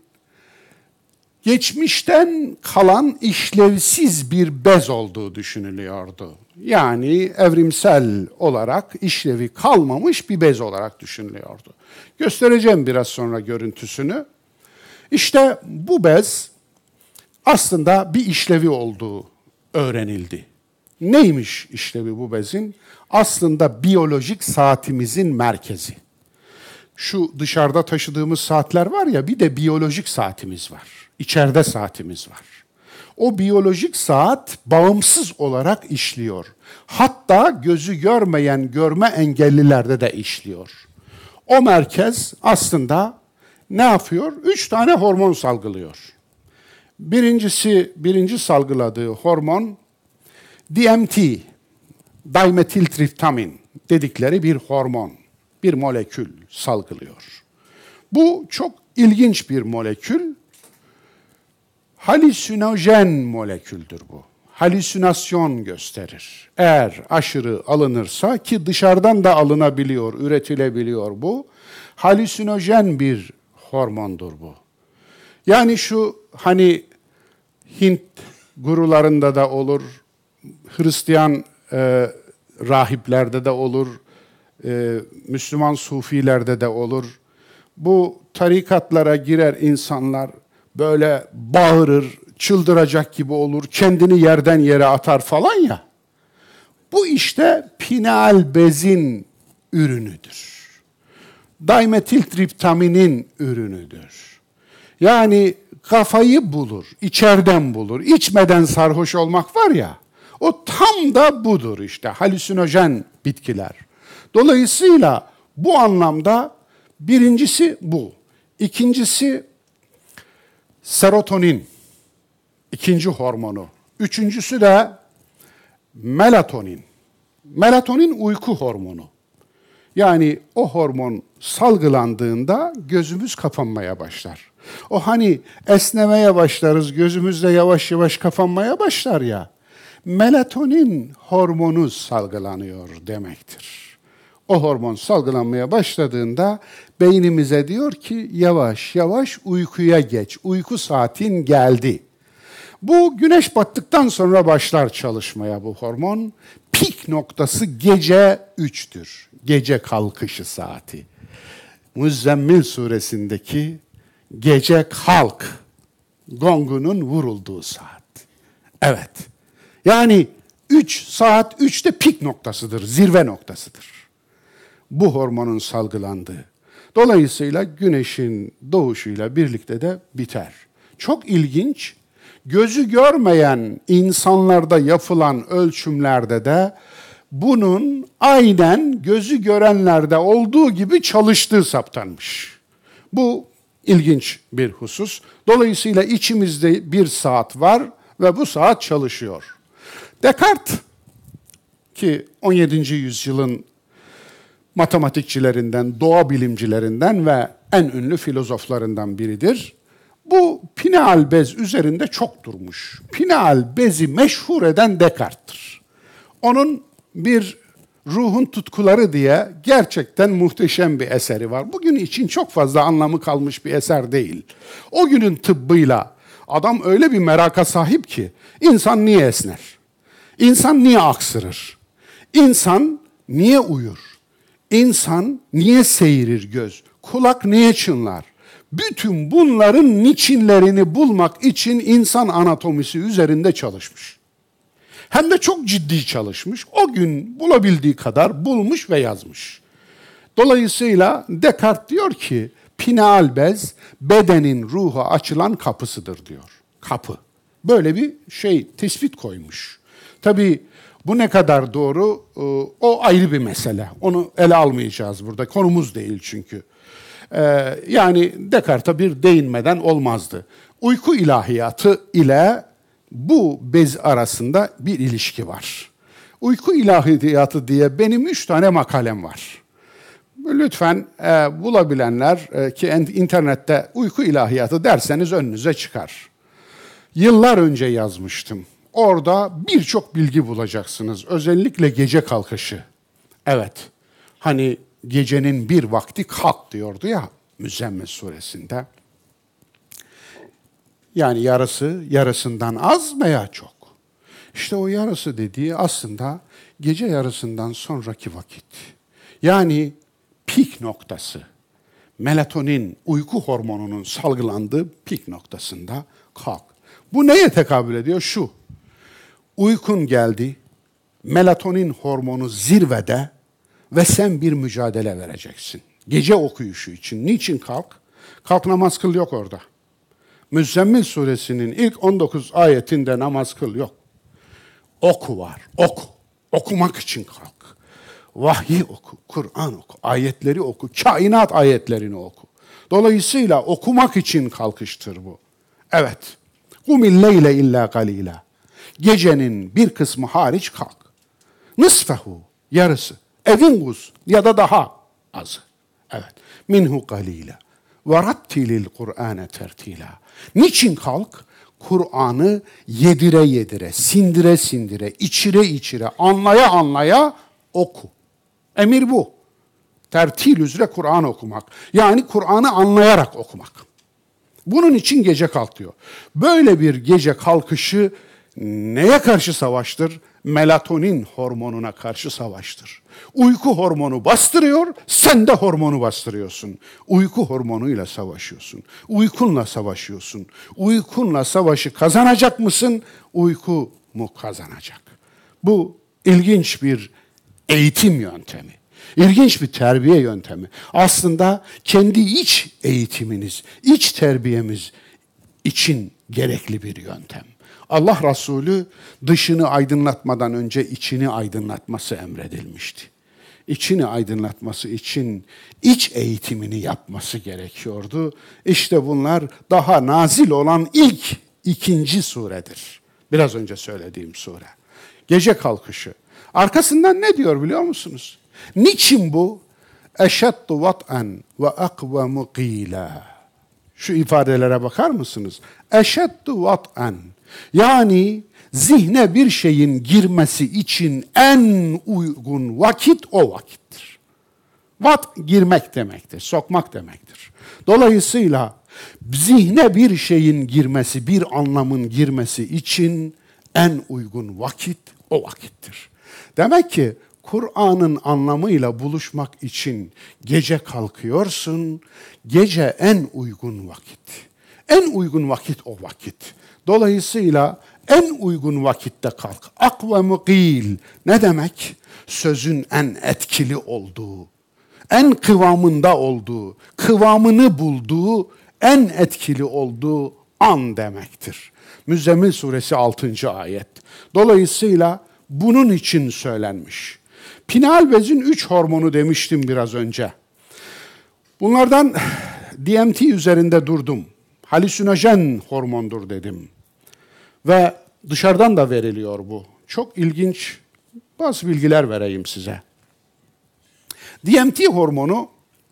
geçmişten kalan işlevsiz bir bez olduğu düşünülüyordu. Yani evrimsel olarak işlevi kalmamış bir bez olarak düşünülüyordu. Göstereceğim biraz sonra görüntüsünü. İşte bu bez aslında bir işlevi olduğu öğrenildi. Neymiş işlevi bu bezin? Aslında biyolojik saatimizin merkezi. Şu dışarıda taşıdığımız saatler var ya, bir de biyolojik saatimiz var. İçeride saatimiz var. O biyolojik saat bağımsız olarak işliyor. Hatta gözü görmeyen görme engellilerde de işliyor. O merkez aslında ne yapıyor? 3 tane hormon salgılıyor. Birinci salgıladığı hormon DMT, dimetiltriptamin dedikleri bir hormon, bir molekül salgılıyor. Bu çok ilginç bir molekül. Halüsinojen moleküldür bu. Halüsinasyon gösterir. Eğer aşırı alınırsa, ki dışarıdan da alınabiliyor, üretilebiliyor bu, halüsinojen bir hormondur bu. Yani şu hani Hint gurularında da olur, Hristiyan rahiplerde de olur, Müslüman sufilerde de olur. Bu tarikatlara girer insanlar, böyle bağırır, çıldıracak gibi olur, kendini yerden yere atar falan ya. Bu işte pineal bezin ürünüdür. Dimetiltriptaminin ürünüdür. Yani kafayı bulur, içeriden bulur. İçmeden sarhoş olmak var ya, o tam da budur işte, halüsinojen bitkiler. Dolayısıyla bu anlamda birincisi bu. İkincisi serotonin, ikinci hormonu. Üçüncüsü de melatonin. Melatonin uyku hormonu. Yani o hormon salgılandığında gözümüz kapanmaya başlar. O hani esnemeye başlarız, gözümüz de yavaş yavaş kapanmaya başlar ya. Melatonin hormonu salgılanıyor demektir. O hormon salgılanmaya başladığında beynimize diyor ki yavaş yavaş uykuya geç, uyku saatin geldi. Bu güneş battıktan sonra başlar çalışmaya bu hormon. Pik noktası gece 3'tür. Gece kalkışı saati. Müzzemmil suresindeki gece kalk gongunun vurulduğu saat. Evet. Yani saat 3'te pik noktasıdır, zirve noktasıdır. Bu hormonun salgılandığı. Dolayısıyla güneşin doğuşuyla birlikte de biter. Çok ilginç, gözü görmeyen insanlarda yapılan ölçümlerde de bunun aynen gözü görenlerde olduğu gibi çalıştığı saptanmış. Bu ilginç bir husus. Dolayısıyla içimizde bir saat var ve bu saat çalışıyor. Descartes, ki 17. yüzyılın matematikçilerinden, doğa bilimcilerinden ve en ünlü filozoflarından biridir. Bu pineal bez üzerinde çok durmuş. Pineal bezi meşhur eden Descartes'tir. Onun bir Ruhun Tutkuları diye gerçekten muhteşem bir eseri var. Bugün için çok fazla anlamı kalmış bir eser değil. O günün tıbbıyla adam öyle bir meraka sahip ki, insan niye esner? İnsan niye aksırır? İnsan niye uyur? İnsan niye seyirir göz? Kulak niye çınlar? Bütün bunların niçinlerini bulmak için insan anatomisi üzerinde çalışmış. Hem de çok ciddi çalışmış. O gün bulabildiği kadar bulmuş ve yazmış. Dolayısıyla Descartes diyor ki, pineal bez bedenin ruha açılan kapısıdır diyor. Kapı. Böyle bir tespit koymuş. Tabii bu ne kadar doğru, o ayrı bir mesele. Onu ele almayacağız burada. Konumuz değil çünkü. Yani Descartes'a bir değinmeden olmazdı. Uyku ilahiyatı ile bu bez arasında bir ilişki var. Uyku ilahiyatı diye benim 3 tane makalem var. Lütfen bulabilenler ki internette uyku ilahiyatı derseniz önünüze çıkar. Yıllar önce yazmıştım. Orada birçok bilgi bulacaksınız. Özellikle gece kalkışı. Evet, hani gecenin bir vakti kalk diyordu ya Müzzemmil suresinde. Yani yarısından az veya çok. İşte o yarısı dediği aslında gece yarısından sonraki vakit. Yani pik noktası. Melatonin, uyku hormonunun salgılandığı pik noktasında kalk. Bu neye tekabül ediyor? Şu, uykun geldi, melatonin hormonu zirvede ve sen bir mücadele vereceksin. Gece okuyuşu için. Niçin kalk? Kalk namaz kıl yok orada. Müzzemmil suresinin ilk 19 ayetinde namaz kıl yok. Oku var, oku. Okumak için kalk. Vahyi oku, Kur'an oku, ayetleri oku, kainat ayetlerini oku. Dolayısıyla okumak için kalkıştır bu. Evet. Kumil leyle illa galila. Gecenin bir kısmı hariç kalk. Nısfehu, yarısı. Evingus ya da daha azı. Evet. Minhu galila. Ve rattilil Kur'ane tertila. Niçin kalk? Kur'an'ı yedire yedire, sindire sindire, içire içire, anlaya anlaya oku. Emir bu. Tertil üzere Kur'an okumak. Yani Kur'an'ı anlayarak okumak. Bunun için gece kalk diyor. Böyle bir gece kalkışı neye karşı savaştır? Melatonin hormonuna karşı savaştır. Uyku hormonu bastırıyor, sen de hormonu bastırıyorsun. Uyku hormonuyla savaşıyorsun. Uykunla savaşıyorsun. Uykunla savaşı kazanacak mısın? Uyku mu kazanacak? Bu ilginç bir eğitim yöntemi. İlginç bir terbiye yöntemi. Aslında kendi iç eğitiminiz, iç terbiyemiz için gerekli bir yöntem. Allah Resulü dışını aydınlatmadan önce içini aydınlatması emredilmişti. İçini aydınlatması için iç eğitimini yapması gerekiyordu. İşte bunlar daha nazil olan ikinci suredir. Biraz önce söylediğim sure. Gece kalkışı. Arkasından ne diyor biliyor musunuz? Niçin bu? Eşeddu vat'an ve akvemu qîlâ. Şu ifadelere bakar mısınız? Eşeddu vat'an. Yani zihne bir şeyin girmesi için en uygun vakit o vakittir. Vat girmek demektir, sokmak demektir. Dolayısıyla zihne bir şeyin girmesi, bir anlamın girmesi için en uygun vakit o vakittir. Demek ki Kur'an'ın anlamıyla buluşmak için gece kalkıyorsun, gece en uygun vakit. En uygun vakit o vakit. Dolayısıyla en uygun vakitte kalk. Akvemu qîl ne demek? Sözün en etkili olduğu, en kıvamında olduğu, kıvamını bulduğu, en etkili olduğu an demektir. Müzzemmil suresi 6. ayet. Dolayısıyla bunun için söylenmiş. Pineal bezin 3 hormonu demiştim biraz önce. Bunlardan DMT üzerinde durdum. Halüsinojen hormondur dedim. Ve dışarıdan da veriliyor bu. Çok ilginç bazı bilgiler vereyim size. DMT hormonu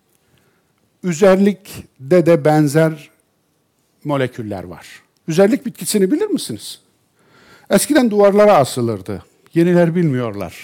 üzerlikte de benzer moleküller var. Üzerlik bitkisini bilir misiniz? Eskiden duvarlara asılırdı. Yeniler bilmiyorlar.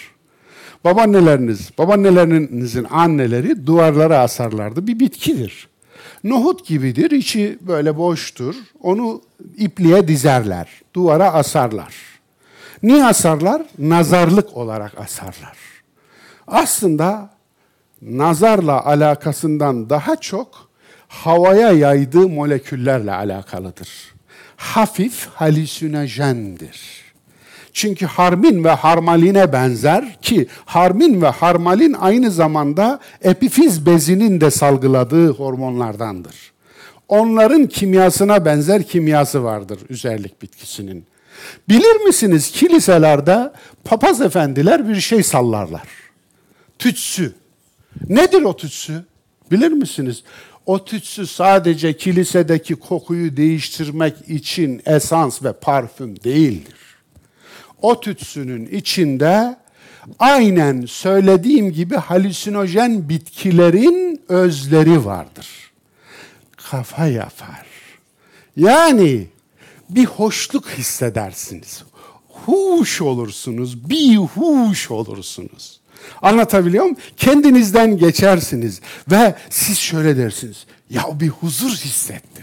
Babaannelerinizin anneleri duvarlara asarlardı. Bir bitkidir. Nohut gibidir, içi böyle boştur. Onu ipliğe dizerler, duvara asarlar. Niye asarlar? Nazarlık olarak asarlar. Aslında nazarla alakasından daha çok havaya yaydığı moleküllerle alakalıdır. Hafif halüsinojendir. Çünkü harmin ve harmaline benzer ki harmin ve harmalin aynı zamanda epifiz bezinin de salgıladığı hormonlardandır. Onların kimyasına benzer kimyası vardır üzerlik bitkisinin. Bilir misiniz kiliselerde papaz efendiler bir şey sallarlar. Tütsü. Nedir o tütsü? Bilir misiniz? O tütsü sadece kilisedeki kokuyu değiştirmek için esans ve parfüm değildir. O tütsünün içinde aynen söylediğim gibi halüsinojen bitkilerin özleri vardır. Kafa yapar. Yani bir hoşluk hissedersiniz. Huş olursunuz, bir huş olursunuz. Anlatabiliyor muyum? Kendinizden geçersiniz ve siz şöyle dersiniz. Ya bir huzur hissettim.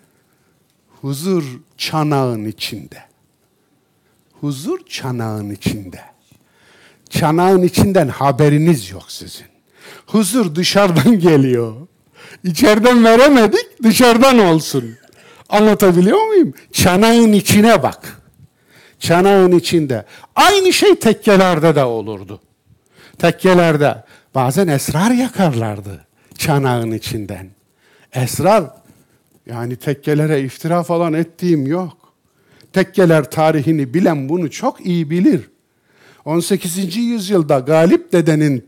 Huzur çanağın içinde. Huzur çanağın içinde. Çanağın içinden haberiniz yok sizin. Huzur dışarıdan geliyor. İçeriden veremedik, dışarıdan olsun. Anlatabiliyor muyum? Çanağın içine bak. Çanağın içinde. Aynı şey tekkelerde de olurdu. Tekkelerde bazen esrar yakarlardı çanağın içinden. Esrar Yani tekkelere iftira falan ettiğim yok. Tekkeler tarihini bilen bunu çok iyi bilir. 18. yüzyılda Galip Dede'nin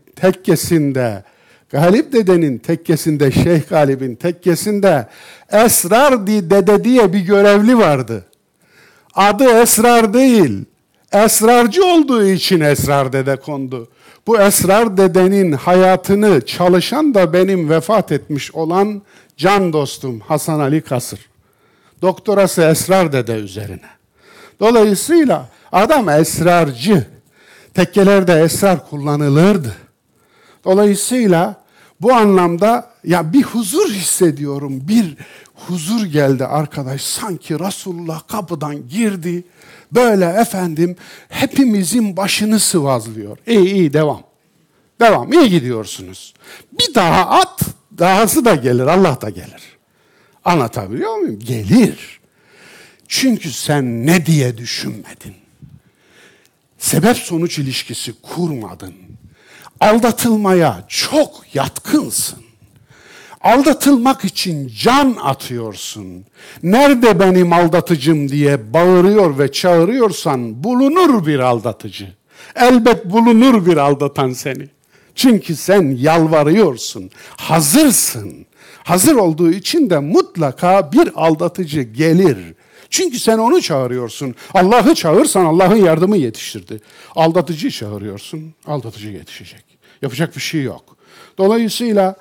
tekkesinde, Şeyh Galip'in tekkesinde Esrar Dede diye bir görevli vardı. Adı Esrar değil, esrarcı olduğu için Esrar Dede kondu. Bu Esrar Dede'nin hayatını çalışan da benim vefat etmiş olan can dostum Hasan Ali Kasır. Doktorası Esrar Dede üzerine. Dolayısıyla adam esrarcı. Tekkelerde esrar kullanılırdı. Dolayısıyla bu anlamda ya bir huzur hissediyorum. Bir huzur geldi arkadaş. Sanki Resulullah kapıdan girdi. Böyle efendim hepimizin başını sıvazlıyor. İyi devam. Devam. İyi gidiyorsunuz. Bir daha at. Dahası da gelir. Allah da gelir. Anlatabiliyor muyum? Gelir. Çünkü sen ne diye düşünmedin? Sebep-sonuç ilişkisi kurmadın. Aldatılmaya çok yatkınsın. Aldatılmak için can atıyorsun. Nerede benim aldatıcım diye bağırıyor ve çağırıyorsan bulunur bir aldatıcı. Elbet bulunur bir aldatan seni. Çünkü sen yalvarıyorsun, hazırsın. Hazır olduğu için de mutlaka bir aldatıcı gelir. Çünkü sen onu çağırıyorsun. Allah'ı çağırsan Allah'ın yardımı yetiştirdi. Aldatıcıyı çağırıyorsun, aldatıcı yetişecek. Yapacak bir şey yok. Dolayısıyla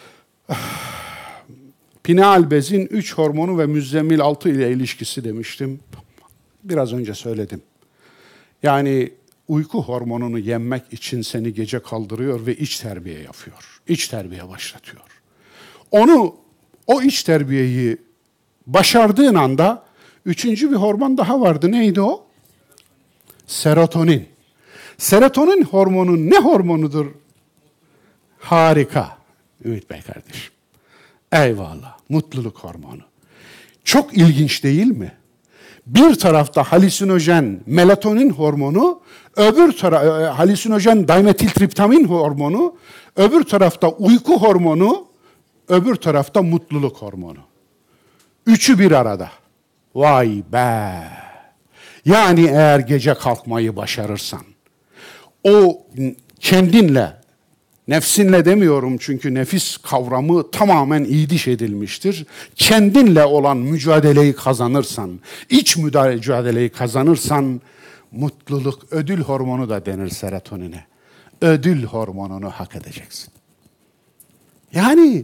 pineal bezin 3 hormonu ve müzzemmil 6 ile ilişkisi demiştim. Biraz önce söyledim. Yani uyku hormonunu yenmek için seni gece kaldırıyor ve iç terbiye yapıyor. İç terbiye başlatıyor. O iç terbiyeyi başardığın anda 3. bir hormon daha vardı. Neydi o? Serotonin. Serotonin hormonu ne hormonudur? Harika. Ümit Bey kardeşim. Eyvallah. Mutluluk hormonu. Çok ilginç değil mi? Bir tarafta halüsinojen melatonin hormonu, halüsinojen dimetiltriptamin hormonu, öbür tarafta uyku hormonu, öbür tarafta mutluluk hormonu. Üçü bir arada. Vay be! Yani eğer gece kalkmayı başarırsan, o kendinle, nefsinle demiyorum çünkü nefis kavramı tamamen iydiş edilmiştir. Kendinle olan mücadeleyi kazanırsan, iç mücadeleyi kazanırsan, mutluluk, ödül hormonu da denir serotonine. Ödül hormonunu hak edeceksin. Yani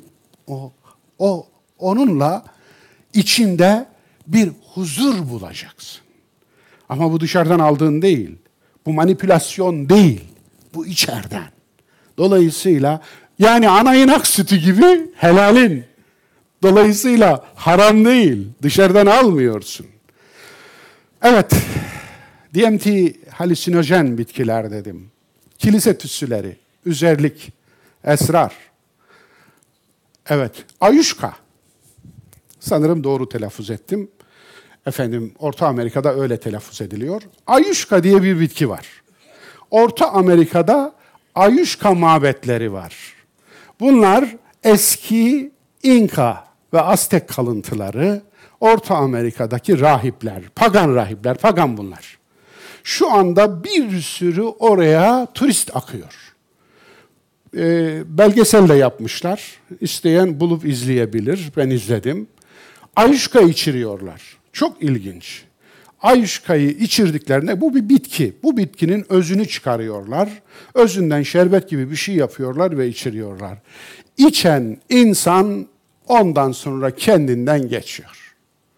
onunla içinde bir huzur bulacaksın. Ama bu dışarıdan aldığın değil. Bu manipülasyon değil. Bu içeriden. Dolayısıyla yani ana inak sütü gibi helalin. Dolayısıyla haram değil. Dışarıdan almıyorsun. Evet. DMT halüsinojen bitkiler dedim. Kilise tütsüleri, üzerlik, esrar. Evet. Ayuşka. Sanırım doğru telaffuz ettim. Efendim, Orta Amerika'da öyle telaffuz ediliyor. Ayuşka diye bir bitki var. Orta Amerika'da Ayuşka mabetleri var. Bunlar eski İnka ve Aztek kalıntıları, Orta Amerika'daki rahipler, pagan bunlar. Şu anda bir sürü oraya turist akıyor. Belgesel de yapmışlar. İsteyen bulup izleyebilir. Ben izledim. Ayuşka içiriyorlar. Çok ilginç. Ayuşkayı içirdiklerinde bu bir bitki. Bu bitkinin özünü çıkarıyorlar. Özünden şerbet gibi bir şey yapıyorlar ve içiriyorlar. İçen insan ondan sonra kendinden geçiyor.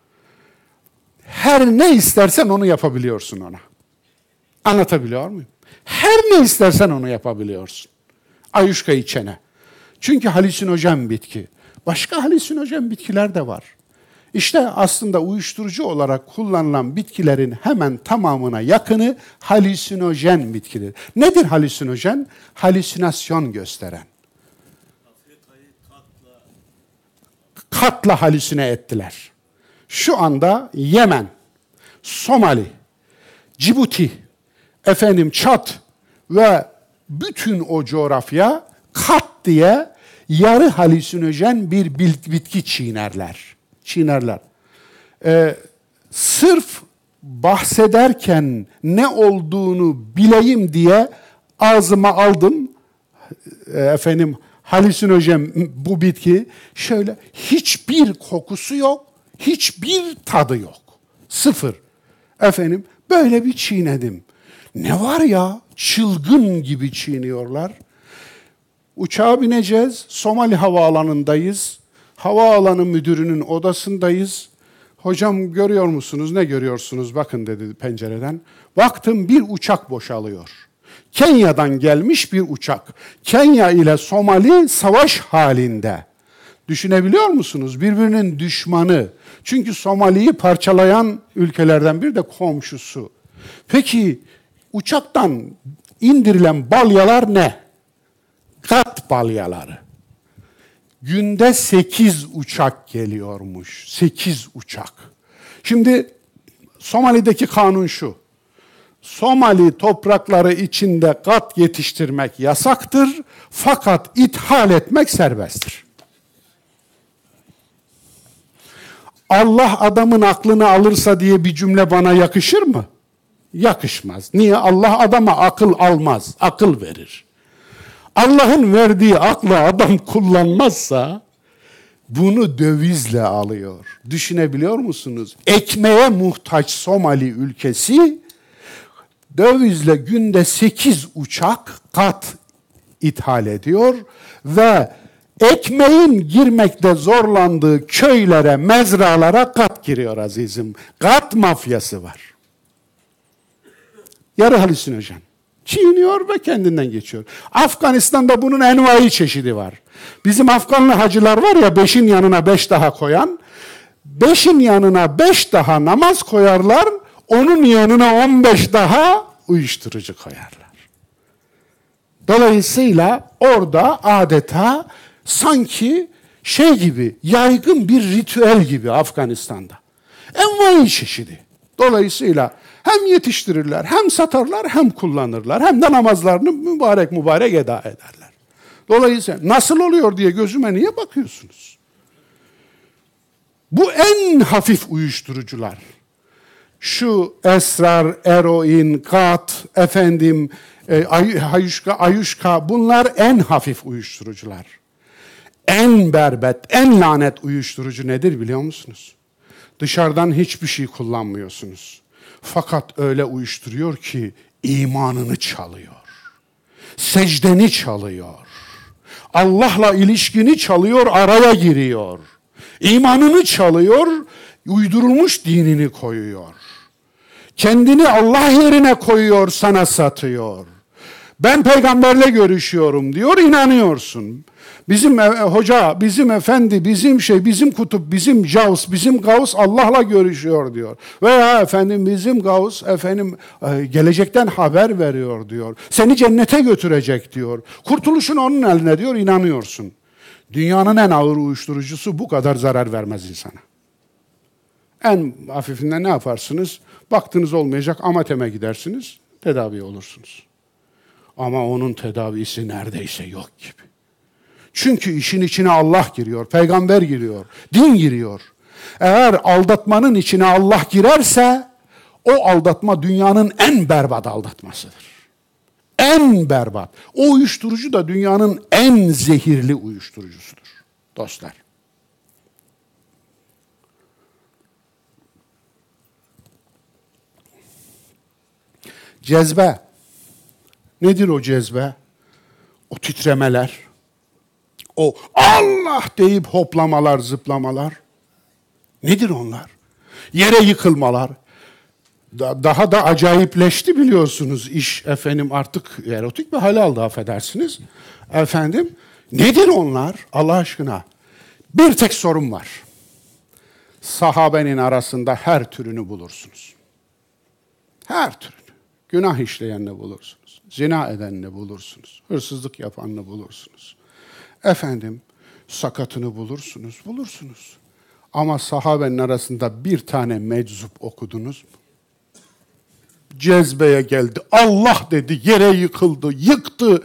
Her ne istersen onu yapabiliyorsun ona. Anlatabiliyor muyum? Her ne istersen onu yapabiliyorsun. Ayuşka içene. Çünkü halüsinojen bitki. Başka halüsinojen bitkiler de var. İşte aslında uyuşturucu olarak kullanılan bitkilerin hemen tamamına yakını halüsinojen bitkidir. Nedir halüsinojen? Halüsinasyon gösteren. Katla halüsine ettiler. Şu anda Yemen, Somali, Cibuti, Çat ve bütün o coğrafya kat diye yarı halüsinojen bir bitki çiğnerler. çiğnerler. Sırf bahsederken ne olduğunu bileyim diye ağzıma aldım. Halüsinojen bu bitki. Şöyle hiçbir kokusu yok, hiçbir tadı yok. Sıfır. Böyle bir çiğnedim. Ne var ya? Çılgın gibi çiğniyorlar. Uçağa bineceğiz. Somali havaalanındayız. Havaalanı müdürünün odasındayız. Hocam görüyor musunuz? Ne görüyorsunuz? Bakın dedi pencereden. Baktım bir uçak boşalıyor. Kenya'dan gelmiş bir uçak. Kenya ile Somali savaş halinde. Düşünebiliyor musunuz? Birbirinin düşmanı. Çünkü Somali'yi parçalayan ülkelerden bir de komşusu. Peki uçaktan indirilen balyalar ne? Kat balyaları. Günde 8 uçak geliyormuş. 8 uçak. Şimdi Somali'deki kanun şu. Somali toprakları içinde kat yetiştirmek yasaktır. Fakat ithal etmek serbesttir. Allah adamın aklını alırsa diye bir cümle bana yakışır mı? Yakışmaz. Niye? Allah adama akıl almaz, akıl verir. Allah'ın verdiği aklı adam kullanmazsa bunu dövizle alıyor. Düşünebiliyor musunuz? Ekmeğe muhtaç Somali ülkesi dövizle günde 8 uçak kat ithal ediyor ve ekmeğin girmekte zorlandığı köylere, mezralara kat giriyor azizim. Kat mafyası var. Yarı halüsinojen. Çiğniyor ve kendinden geçiyor. Afganistan'da bunun envai çeşidi var. Bizim Afganlı hacılar var ya 5'in yanına 5 daha koyan, 5'in yanına 5 daha namaz koyarlar, onun yanına 15 daha uyuşturucu koyarlar. Dolayısıyla orada adeta sanki gibi, yaygın bir ritüel gibi Afganistan'da. Envai çeşidi. Dolayısıyla hem yetiştirirler, hem satarlar, hem kullanırlar, hem de namazlarını mübarek eda ederler. Dolayısıyla nasıl oluyor diye gözüme niye bakıyorsunuz? Bu en hafif uyuşturucular. Şu esrar, eroin, kat, ayuşka bunlar en hafif uyuşturucular. En berbat, en lanet uyuşturucu nedir biliyor musunuz? Dışarıdan hiçbir şey kullanmıyorsunuz. Fakat öyle uyuşturuyor ki imanını çalıyor. Secdeni çalıyor. Allah'la ilişkini çalıyor, araya giriyor. İmanını çalıyor, uydurulmuş dinini koyuyor. Kendini Allah yerine koyuyor, sana satıyor. Ben peygamberle görüşüyorum diyor, inanıyorsun. Bizim hoca, bizim efendi, bizim kutup, bizim Gavs, bizim Gavs Allah'la görüşüyor diyor. Veya bizim Gavs gelecekten haber veriyor diyor. Seni cennete götürecek diyor. Kurtuluşun onun eline diyor, inanıyorsun. Dünyanın en ağır uyuşturucusu bu kadar zarar vermez insana. En hafifinde ne yaparsınız? Baktınız olmayacak, Amatem'e gidersiniz, tedavi olursunuz. Ama onun tedavisi neredeyse yok gibi. Çünkü işin içine Allah giriyor, peygamber giriyor, din giriyor. Eğer aldatmanın içine Allah girerse, o aldatma dünyanın en berbat aldatmasıdır. En berbat. O uyuşturucu da dünyanın en zehirli uyuşturucusudur dostlar. Cezbe. Nedir o cezbe? O titremeler. O Allah deyip hoplamalar, zıplamalar. Nedir onlar? Yere yıkılmalar. Daha da acayipleşti biliyorsunuz iş artık erotik bir hale aldı affedersiniz. Nedir onlar Allah aşkına? Bir tek sorun var. Sahabenin arasında her türünü bulursunuz. Her türünü. Günah işleyenle bulursunuz. Zina edenle bulursunuz. Hırsızlık yapanla bulursunuz. Sakatını bulursunuz. Ama sahabenin arasında bir tane meczup okudunuz mu? Cezbeye geldi. Allah dedi, yere yıkıldı, yıktı.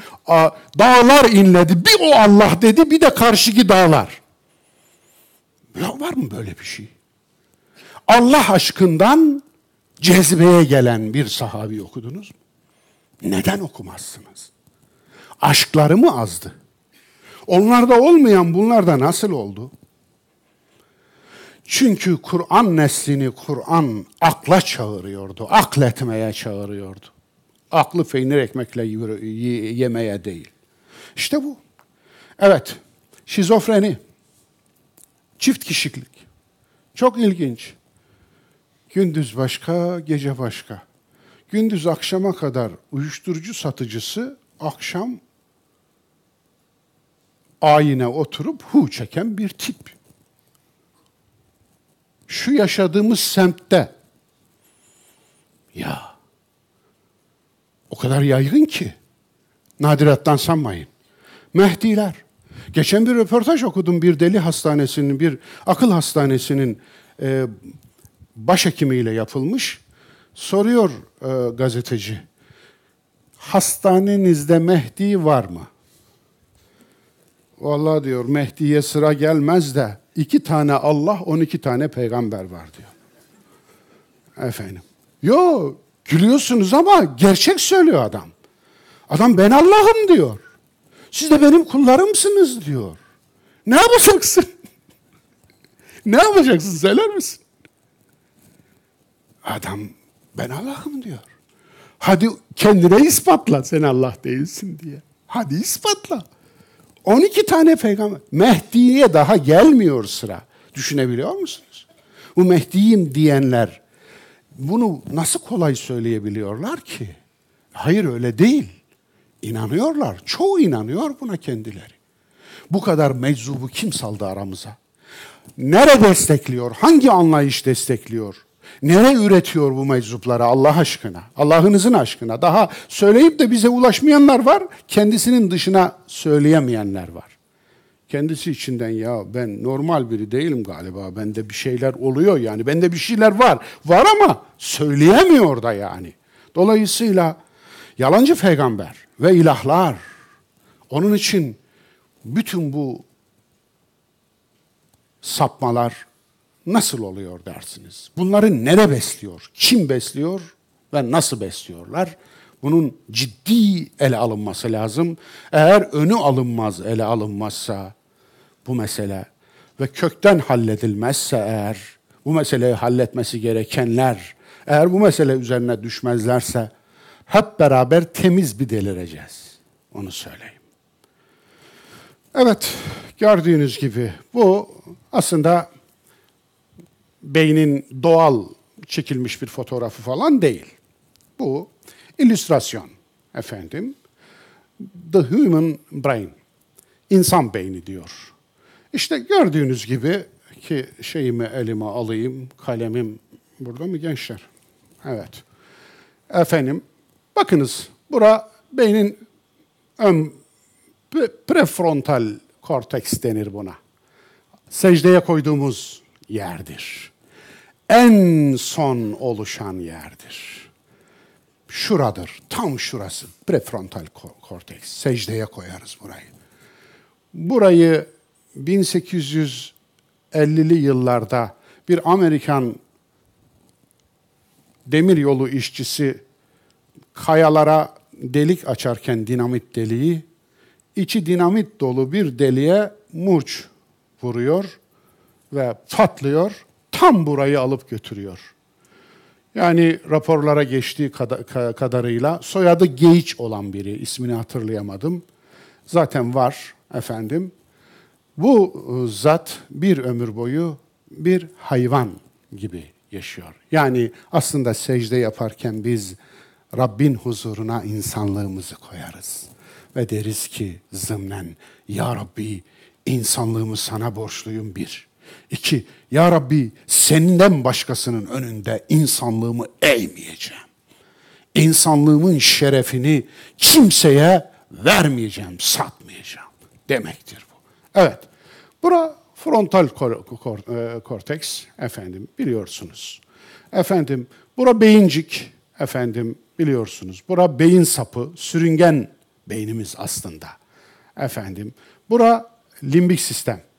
Dağlar inledi. Bir o Allah dedi, bir de karşıki dağlar. Ya var mı böyle bir şey? Allah aşkından cezbeye gelen bir sahabi okudunuz mu? Neden okumazsınız? Aşkları mı azdı? Onlarda olmayan bunlarda nasıl oldu? Çünkü Kur'an neslini Kur'an akla çağırıyordu, akletmeye çağırıyordu. Aklı peynir ekmekle yemeye değil. İşte bu. Evet, şizofreni, çift kişilik. Çok ilginç. Gündüz başka, gece başka. Gündüz akşama kadar uyuşturucu satıcısı, akşam ayine oturup hu çeken bir tip. Şu yaşadığımız semtte, ya o kadar yaygın ki, nadirattan sanmayın. Mehdiler. Geçen bir röportaj okudum, bir deli hastanesinin, bir akıl hastanesinin başhekimiyle yapılmış. Soruyor gazeteci, hastanenizde Mehdi var mı? Vallahi diyor, Mehdi'ye sıra gelmez de 2 tane Allah, 12 tane peygamber var diyor. Efendim. Yo, gülüyorsunuz ama gerçek söylüyor adam. Adam ben Allah'ım diyor. Siz de benim kullarımsınız diyor. Ne yapacaksın? Ne yapacaksın söyler misin? Adam ben Allah'ım diyor. Hadi kendine ispatla sen Allah değilsin diye. Hadi ispatla. 12 tane peygamber. Mehdi'ye daha gelmiyor sıra. Düşünebiliyor musunuz? Bu Mehdi'yim diyenler bunu nasıl kolay söyleyebiliyorlar ki? Hayır öyle değil. İnanıyorlar. Çoğu inanıyor buna kendileri. Bu kadar meczubu kim saldı aramıza? Nere destekliyor? Hangi anlayış destekliyor? Nere üretiyor bu meczupları Allah aşkına? Allah'ınızın aşkına. Daha söyleyip de bize ulaşmayanlar var. Kendisinin dışına söyleyemeyenler var. Kendisi içinden ya ben normal biri değilim galiba. Bende bir şeyler oluyor yani. Bende bir şeyler var. Var ama söyleyemiyor da yani. Dolayısıyla yalancı peygamber ve ilahlar. Onun için bütün bu sapmalar nasıl oluyor dersiniz? Bunları nere besliyor? Kim besliyor ve nasıl besliyorlar? Bunun ciddi ele alınması lazım. Eğer önü alınmaz, ele alınmazsa bu mesele ve kökten halledilmezse eğer, bu meseleyi halletmesi gerekenler, eğer bu mesele üzerine düşmezlerse hep beraber temiz bir delireceğiz. Onu söyleyeyim. Evet, gördüğünüz gibi bu aslında beynin doğal çekilmiş bir fotoğrafı falan değil. Bu illüstrasyon efendim. The Human Brain. İnsan beyni diyor. İşte gördüğünüz gibi ki şeyimi elime alayım, kalemim burada mı gençler? Evet. Efendim, bakınız bura beynin prefrontal korteks denir buna. Secdeye koyduğumuz yerdir. En son oluşan yerdir. Şuradır, tam şurası. Prefrontal korteks. Secdeye koyarız burayı. Burayı 1850'li yıllarda bir Amerikan demiryolu işçisi kayalara delik açarken dinamit deliği, içi dinamit dolu bir deliğe murç vuruyor ve patlıyor, tam burayı alıp götürüyor. Yani raporlara geçtiği kadarıyla soyadı Gage olan biri, ismini hatırlayamadım. Zaten var efendim. Bu zat bir ömür boyu bir hayvan gibi yaşıyor. Yani aslında secde yaparken biz Rabbin huzuruna insanlığımızı koyarız. Ve deriz ki zımnen, Ya Rabbi insanlığımı sana borçluyum bir. 2, Ya Rabbi senden başkasının önünde insanlığımı eğmeyeceğim. İnsanlığımın şerefini kimseye vermeyeceğim, satmayacağım demektir bu. Evet, bura frontal korteks efendim biliyorsunuz. Efendim, bura beyincik efendim biliyorsunuz. Bura beyin sapı, sürüngen beynimiz aslında. Efendim, bura limbik sistem.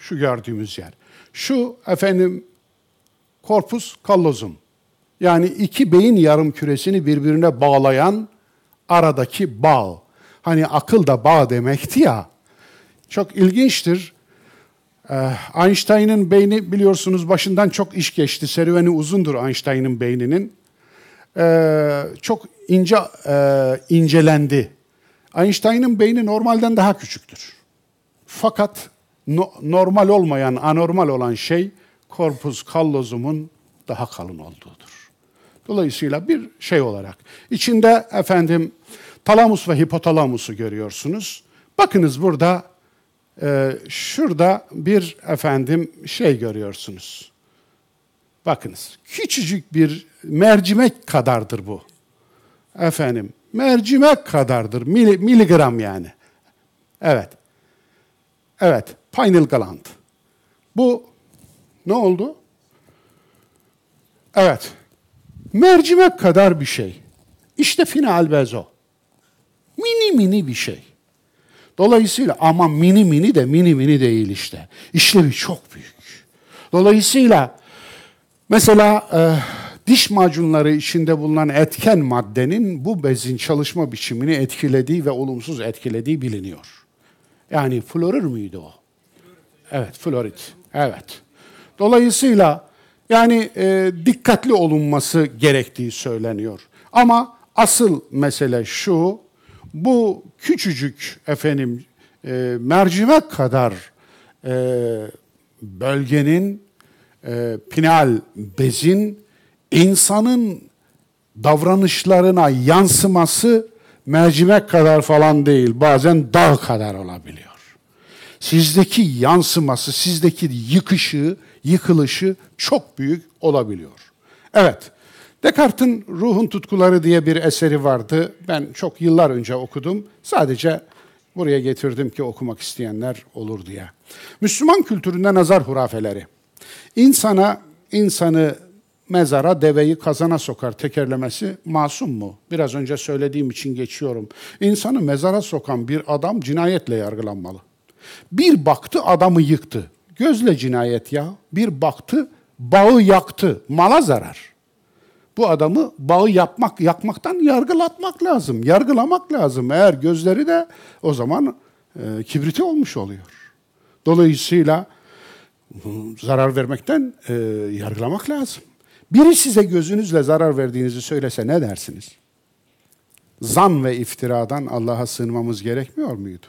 Şu gördüğümüz yer. Şu efendim corpus callosum. Yani iki beyin yarımküresini birbirine bağlayan aradaki bağ. Hani akıl da bağ demekti ya. Çok ilginçtir. Einstein'ın beyni biliyorsunuz başından çok iş geçti. Serüveni uzundur Einstein'ın beyninin. Çok incelendi. Einstein'ın beyni normalden daha küçüktür. Fakat normal olmayan, anormal olan şey corpus callosum'un daha kalın olduğudur. Dolayısıyla bir şey olarak içinde efendim talamus ve hipotalamusu görüyorsunuz. Bakınız burada şurada bir efendim şey görüyorsunuz. Bakınız küçücük bir mercimek kadardır bu. Efendim mercimek kadardır. Miligram yani. Evet. Evet. Pineal gland. Bu ne oldu? Evet. Mercimek kadar bir şey. İşte fine alvezo. Mini bir şey. Dolayısıyla ama mini değil işte. İşlevi çok büyük. Dolayısıyla mesela diş macunları içinde bulunan etken maddenin bu bezin çalışma biçimini etkilediği ve olumsuz etkilediği biliniyor. Yani florür müydü o? Evet, florit. Evet. Dolayısıyla yani dikkatli olunması gerektiği söyleniyor. Ama asıl mesele şu, bu küçücük efendim mercimek kadar bölgenin pineal bezin insanın davranışlarına yansıması mercimek kadar falan değil, bazen dağ kadar olabiliyor. Sizdeki yansıması, sizdeki yıkılışı çok büyük olabiliyor. Evet, Descartes'in Ruhun Tutkuları diye bir eseri vardı. Ben çok yıllar önce okudum. Sadece buraya getirdim ki okumak isteyenler olur diye. Müslüman kültüründe nazar hurafeleri. İnsanı mezara, deveyi kazana sokar tekerlemesi masum mu? Biraz önce söylediğim için geçiyorum. İnsanı mezara sokan bir adam cinayetle yargılanmalı. Bir baktı adamı yıktı. Gözle cinayet ya. Bir baktı bağı yaktı. Mala zarar. Bu adamı bağı yakmaktan yargılatmak lazım. Yargılamak lazım. Eğer gözleri de o zaman kibriti olmuş oluyor. Dolayısıyla zarar vermekten yargılamak lazım. Biri size gözünüzle zarar verdiğinizi söylese ne dersiniz? Zan ve iftiradan Allah'a sığınmamız gerekmiyor muydu?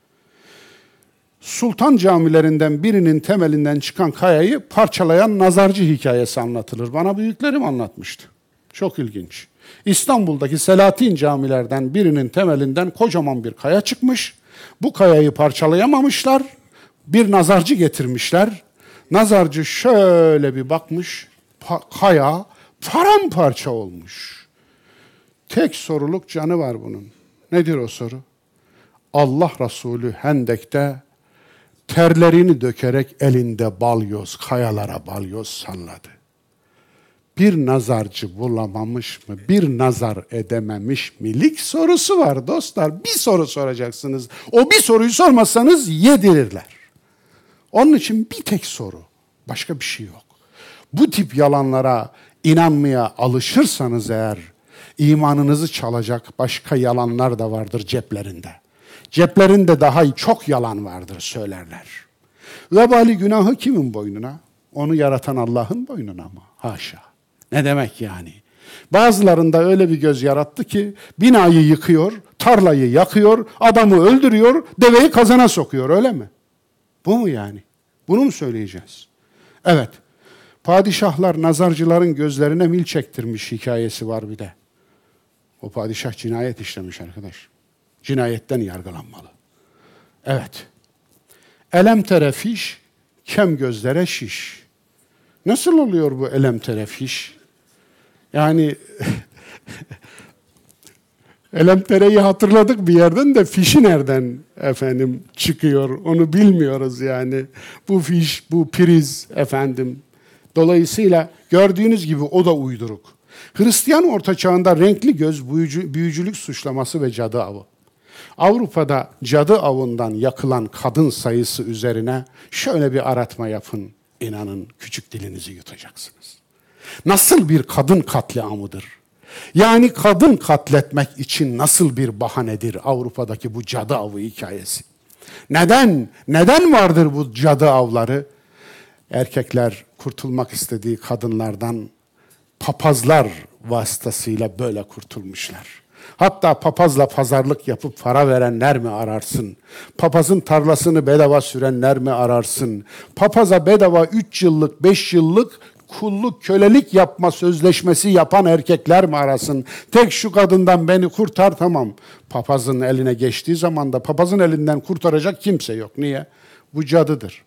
Sultan camilerinden birinin temelinden çıkan kayayı parçalayan nazarcı hikayesi anlatılır. Bana büyüklerim anlatmıştı. Çok ilginç. İstanbul'daki Selahattin camilerden birinin temelinden kocaman bir kaya çıkmış. Bu kayayı parçalayamamışlar. Bir nazarcı getirmişler. Nazarcı şöyle bir bakmış. Kaya paramparça olmuş. Tek soruluk canı var bunun. Nedir o soru? Allah Resulü Hendek'te terlerini dökerek elinde balyoz, kayalara balyoz salladı. Bir nazarcı bulamamış mı, bir nazar edememiş milik sorusu var dostlar. Bir soru soracaksınız. O bir soruyu sormazsanız yedirirler. Onun için bir tek soru, başka bir şey yok. Bu tip yalanlara inanmaya alışırsanız eğer, imanınızı çalacak başka yalanlar da vardır ceplerinde. Ceplerinde daha çok yalan vardır söylerler. Vebali günahı kimin boynuna? Onu yaratan Allah'ın boynuna mı? Haşa. Ne demek yani? Bazılarında öyle bir göz yarattı ki binayı yıkıyor, tarlayı yakıyor, adamı öldürüyor, deveyi kazana sokuyor, öyle mi? Bu mu yani? Bunu mu söyleyeceğiz? Evet. Padişahlar nazarcıların gözlerine mil çektirmiş hikayesi var bir de. O padişah cinayet işlemiş arkadaş. Cinayetten yargılanmalı. Evet. Elemtere fiş, kem gözlere şiş. Nasıl oluyor bu elemtere fiş? Yani elemtereyi hatırladık bir yerden de fişi nereden efendim çıkıyor onu bilmiyoruz yani. Bu fiş, bu priz efendim. Dolayısıyla gördüğünüz gibi o da uyduruk. Hristiyan orta çağında renkli göz büyücülük suçlaması ve cadı avı. Avrupa'da cadı avından yakılan kadın sayısı üzerine şöyle bir aratma yapın. İnanın küçük dilinizi yutacaksınız. Nasıl bir kadın katliamıdır? Yani kadın katletmek için nasıl bir bahanedir Avrupa'daki bu cadı avı hikayesi? Neden? Neden vardır bu cadı avları? Erkekler kurtulmak istediği kadınlardan papazlar vasıtasıyla böyle kurtulmuşlar. Hatta papazla pazarlık yapıp para verenler mi ararsın? Papazın tarlasını bedava sürenler mi ararsın? Papaza bedava 3 yıllık, 5 yıllık kulluk, kölelik yapma sözleşmesi yapan erkekler mi arasın? Tek şu kadından beni kurtar, tamam. Papazın eline geçtiği zaman da papazın elinden kurtaracak kimse yok. Niye? Bu cadıdır.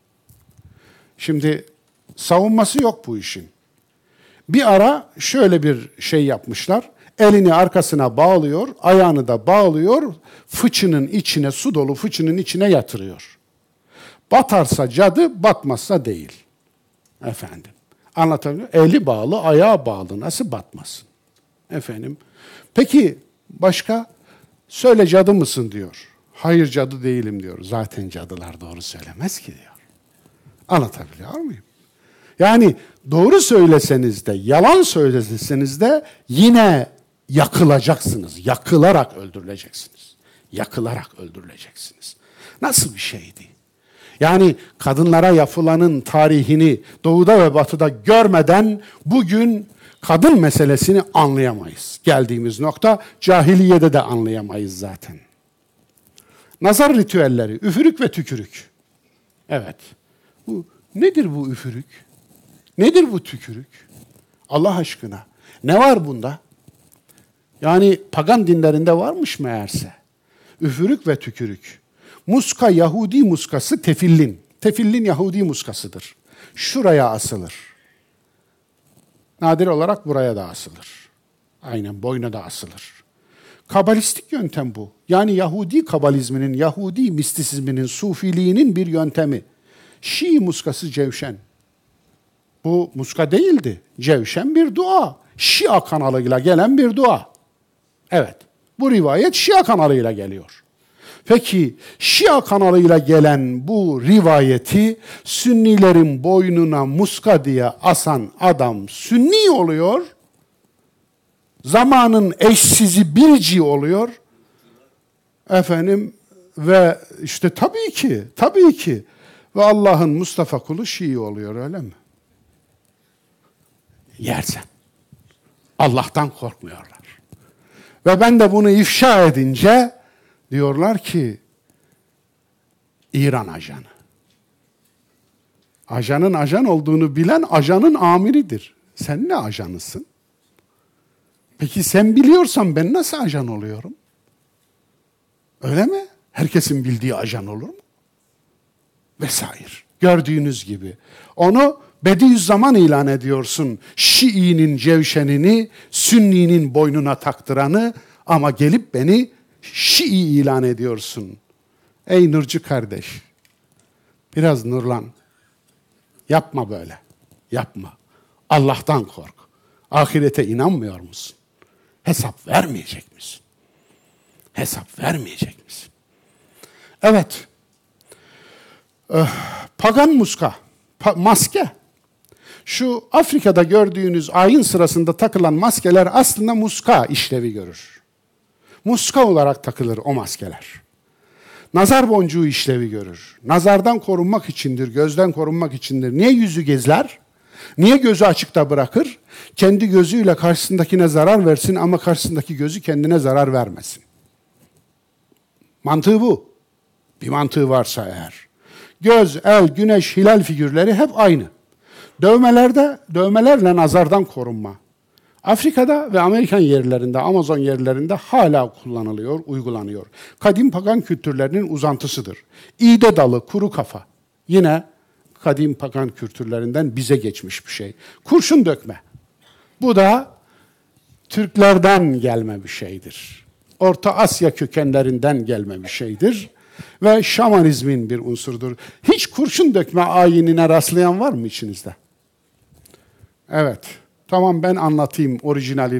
Şimdi savunması yok bu işin. Bir ara şöyle bir şey yapmışlar. Elini arkasına bağlıyor, ayağını da bağlıyor, fıçının içine, su dolu fıçının içine yatırıyor. Batarsa cadı, batmazsa değil. Efendim. Anlatabiliyor muyum? Eli bağlı, ayağı bağlı. Nasıl batmasın? Efendim. Peki başka? Söyle cadı mısın diyor. Hayır cadı değilim diyor. Zaten cadılar doğru söylemez ki diyor. Anlatabiliyor muyum? Yani doğru söyleseniz de, yalan söyleseniz de yine yakılacaksınız. Yakılarak öldürüleceksiniz. Yakılarak öldürüleceksiniz. Nasıl bir şeydi? Yani kadınlara yapılanın tarihini doğuda ve batıda görmeden bugün kadın meselesini anlayamayız. Geldiğimiz nokta cahiliyede de anlayamayız zaten. Nazar ritüelleri, üfürük ve tükürük. Evet. Nedir bu üfürük? Nedir bu tükürük? Allah aşkına. Ne var bunda? Yani pagan dinlerinde varmış meğerse. Üfürük ve tükürük. Muska, Yahudi muskası tefillin. Tefillin Yahudi muskasıdır. Şuraya asılır. Nadir olarak buraya da asılır. Aynen boyuna da asılır. Kabalistik yöntem bu. Yani Yahudi kabalizminin, Yahudi mistisizminin, sufiliğinin bir yöntemi. Şii muskası cevşen. Bu muska değildi. Cevşen bir dua. Şia kanalıyla gelen bir dua. Evet. Bu rivayet Şia kanalıyla geliyor. Peki Şia kanalıyla gelen bu rivayeti Sünnilerin boynuna muska diye asan adam Sünni oluyor. Zamanın eşsizi birci oluyor. Efendim ve işte tabii ki ve Allah'ın Mustafa kulu Şii oluyor, öyle mi? Yersen. Allah'tan korkmuyorlar. Ve ben de bunu ifşa edince diyorlar ki İran ajanı. Ajanın ajan olduğunu bilen ajanın amiridir. Sen ne ajanısın? Peki sen biliyorsan ben nasıl ajan oluyorum? Öyle mi? Herkesin bildiği ajan olur mu? Vesaire. Gördüğünüz gibi. Onu Bediüzzaman ilan ediyorsun. Şii'nin cevşenini, Sünni'nin boynuna taktıranı ama gelip beni Şii ilan ediyorsun. Ey nurcu kardeş, biraz nurlan. Yapma böyle. Yapma. Allah'tan kork. Ahirete inanmıyor musun? Hesap vermeyecek misin? Hesap vermeyecek misin? Evet. Pagan muska, maske. Şu Afrika'da gördüğünüz ayin sırasında takılan maskeler aslında muska işlevi görür. Muska olarak takılır o maskeler. Nazar boncuğu işlevi görür. Nazardan korunmak içindir, gözden korunmak içindir. Niye yüzü gizler? Niye gözü açıkta bırakır? Kendi gözüyle karşısındakine zarar versin ama karşısındaki gözü kendine zarar vermesin. Mantığı bu. Bir mantığı varsa eğer. Göz, el, güneş, hilal figürleri hep aynı. Dövmelerle nazardan korunma. Afrika'da ve Amerikan yerlerinde, Amazon yerlerinde hala kullanılıyor, uygulanıyor. Kadim pagan kültürlerinin uzantısıdır. İğde dalı, kuru kafa. Yine kadim pagan kültürlerinden bize geçmiş bir şey. Kurşun dökme. Bu da Türklerden gelme bir şeydir. Orta Asya kökenlerinden gelme bir şeydir. Ve şamanizmin bir unsurdur. Hiç kurşun dökme ayinine rastlayan var mı içinizde? Evet. Tamam, ben anlatayım orijinalini.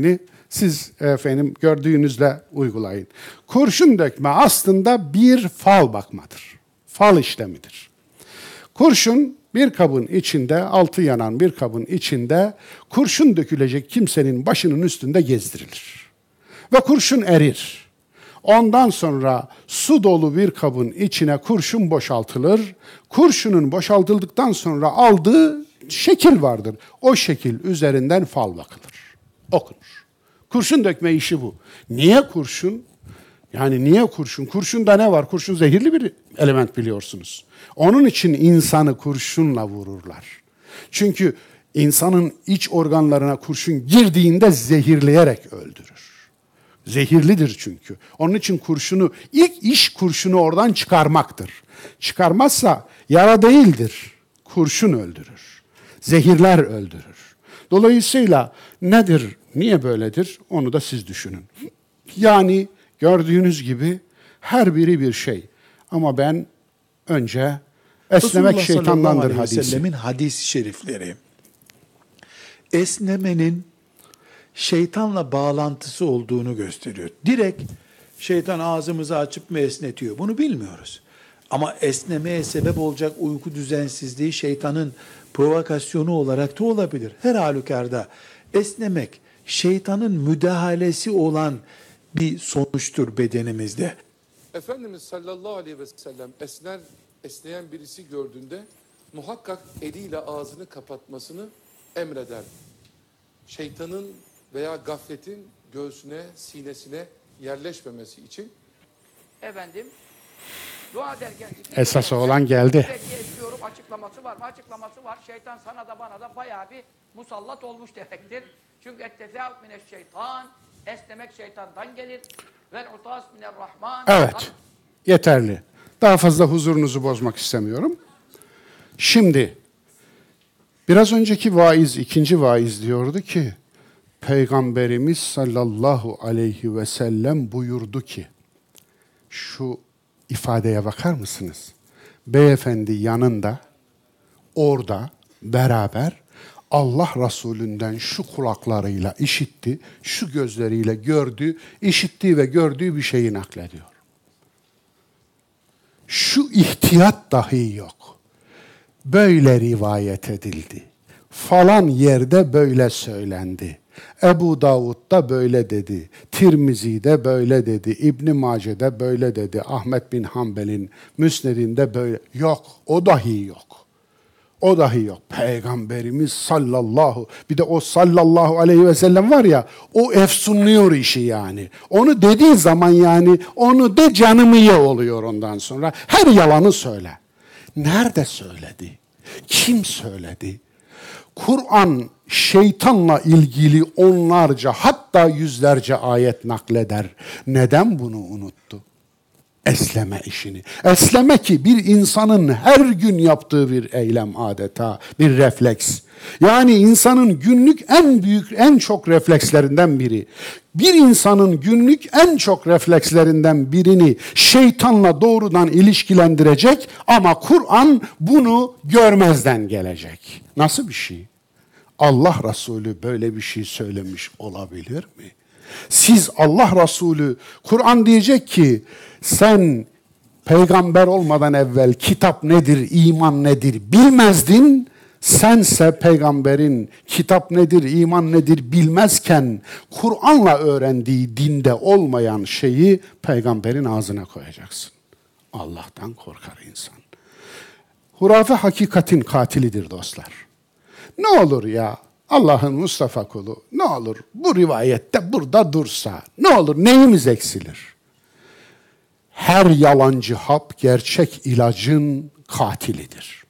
Siz efendim gördüğünüzle uygulayın. Kurşun dökme aslında bir fal bakmadır. Fal işlemidir. Kurşun bir kabın içinde, altı yanan bir kabın içinde kurşun dökülecek kimsenin başının üstünde gezdirilir. Ve kurşun erir. Ondan sonra su dolu bir kabın içine kurşun boşaltılır. Kurşunun boşaltıldıktan sonra aldığı şekil vardır. O şekil üzerinden fal bakılır, okunur. Kurşun dökme işi bu. Niye kurşun? Yani niye kurşun? Kurşunda ne var? Kurşun zehirli bir element biliyorsunuz. Onun için insanı kurşunla vururlar. Çünkü insanın iç organlarına kurşun girdiğinde zehirleyerek öldürür. Zehirlidir çünkü. Onun için kurşunu, ilk iş kurşunu oradan çıkarmaktır. Çıkarmazsa yara değildir. Kurşun öldürür. Zehirler öldürür. Dolayısıyla nedir, niye böyledir onu da siz düşünün. Yani gördüğünüz gibi her biri bir şey. Ama ben önce esnemek şeytandandır hadisi. Sellemin hadis-i şerifleri. Esnemenin şeytanla bağlantısı olduğunu gösteriyor. Direkt şeytan ağzımızı açıp mı esnetiyor? Bunu bilmiyoruz. Ama esnemeye sebep olacak uyku düzensizliği şeytanın provokasyonu olarak da olabilir. Her halükarda esnemek şeytanın müdahalesi olan bir sonuçtur bedenimizde. Efendimiz sallallahu aleyhi ve sellem esneyen birisi gördüğünde muhakkak eliyle ağzını kapatmasını emreder. Şeytanın veya gafletin göğsüne, sinesine yerleşmemesi için. Efendim, dua ederken... Esas olan geldi. Istiyorum, açıklaması var mı? Açıklaması var. Şeytan sana da bana da bayağı bir musallat olmuş demektir. Çünkü ettezâv mineşşeytan, esnemek şeytandan gelir. Vel utâs minerrahman. Evet, yeterli. Daha fazla huzurunuzu bozmak istemiyorum. Şimdi, biraz önceki vaiz, ikinci vaiz diyordu ki, Peygamberimiz sallallahu aleyhi ve sellem buyurdu ki, şu ifadeye bakar mısınız? Beyefendi yanında, orada, beraber Allah Resulü'nden şu kulaklarıyla işitti, şu gözleriyle gördü, işittiği ve gördüğü bir şeyi naklediyor. Şu ihtiyat dahi yok. Böyle rivayet edildi. Falan yerde böyle söylendi. Ebu Davud'da böyle dedi. Tirmizi'de böyle dedi. İbn-i Mace'de böyle dedi. Ahmet bin Hanbel'in Müsned'inde böyle. Yok, o dahi yok. O dahi yok. Peygamberimiz sallallahu, bir de o sallallahu aleyhi ve sellem var ya, o efsunluyor işi yani. Onu dediği zaman yani, onu de canımı ye oluyor ondan sonra. Her yalanı söyle. Nerede söyledi? Kim söyledi? Kur'an şeytanla ilgili onlarca hatta yüzlerce ayet nakleder. Neden bunu unuttu? Esleme işini. Esleme ki bir insanın her gün yaptığı bir eylem adeta, bir refleks. Yani insanın günlük en büyük, en çok reflekslerinden biri. Bir insanın günlük en çok reflekslerinden birini şeytanla doğrudan ilişkilendirecek ama Kur'an bunu görmezden gelecek. Nasıl bir şey? Allah Resulü böyle bir şey söylemiş olabilir mi? Siz Allah Resulü, Kur'an diyecek ki sen peygamber olmadan evvel kitap nedir, iman nedir bilmezdin. Sense peygamberin kitap nedir, iman nedir bilmezken Kur'an'la öğrendiği dinde olmayan şeyi peygamberin ağzına koyacaksın. Allah'tan korkar insan. Hurafe hakikatin katilidir dostlar. Ne olur ya Allah'ın Mustafa kulu, ne olur bu rivayette burada dursa, ne olur neyimiz eksilir? Her yalancı hap gerçek ilacın katilidir.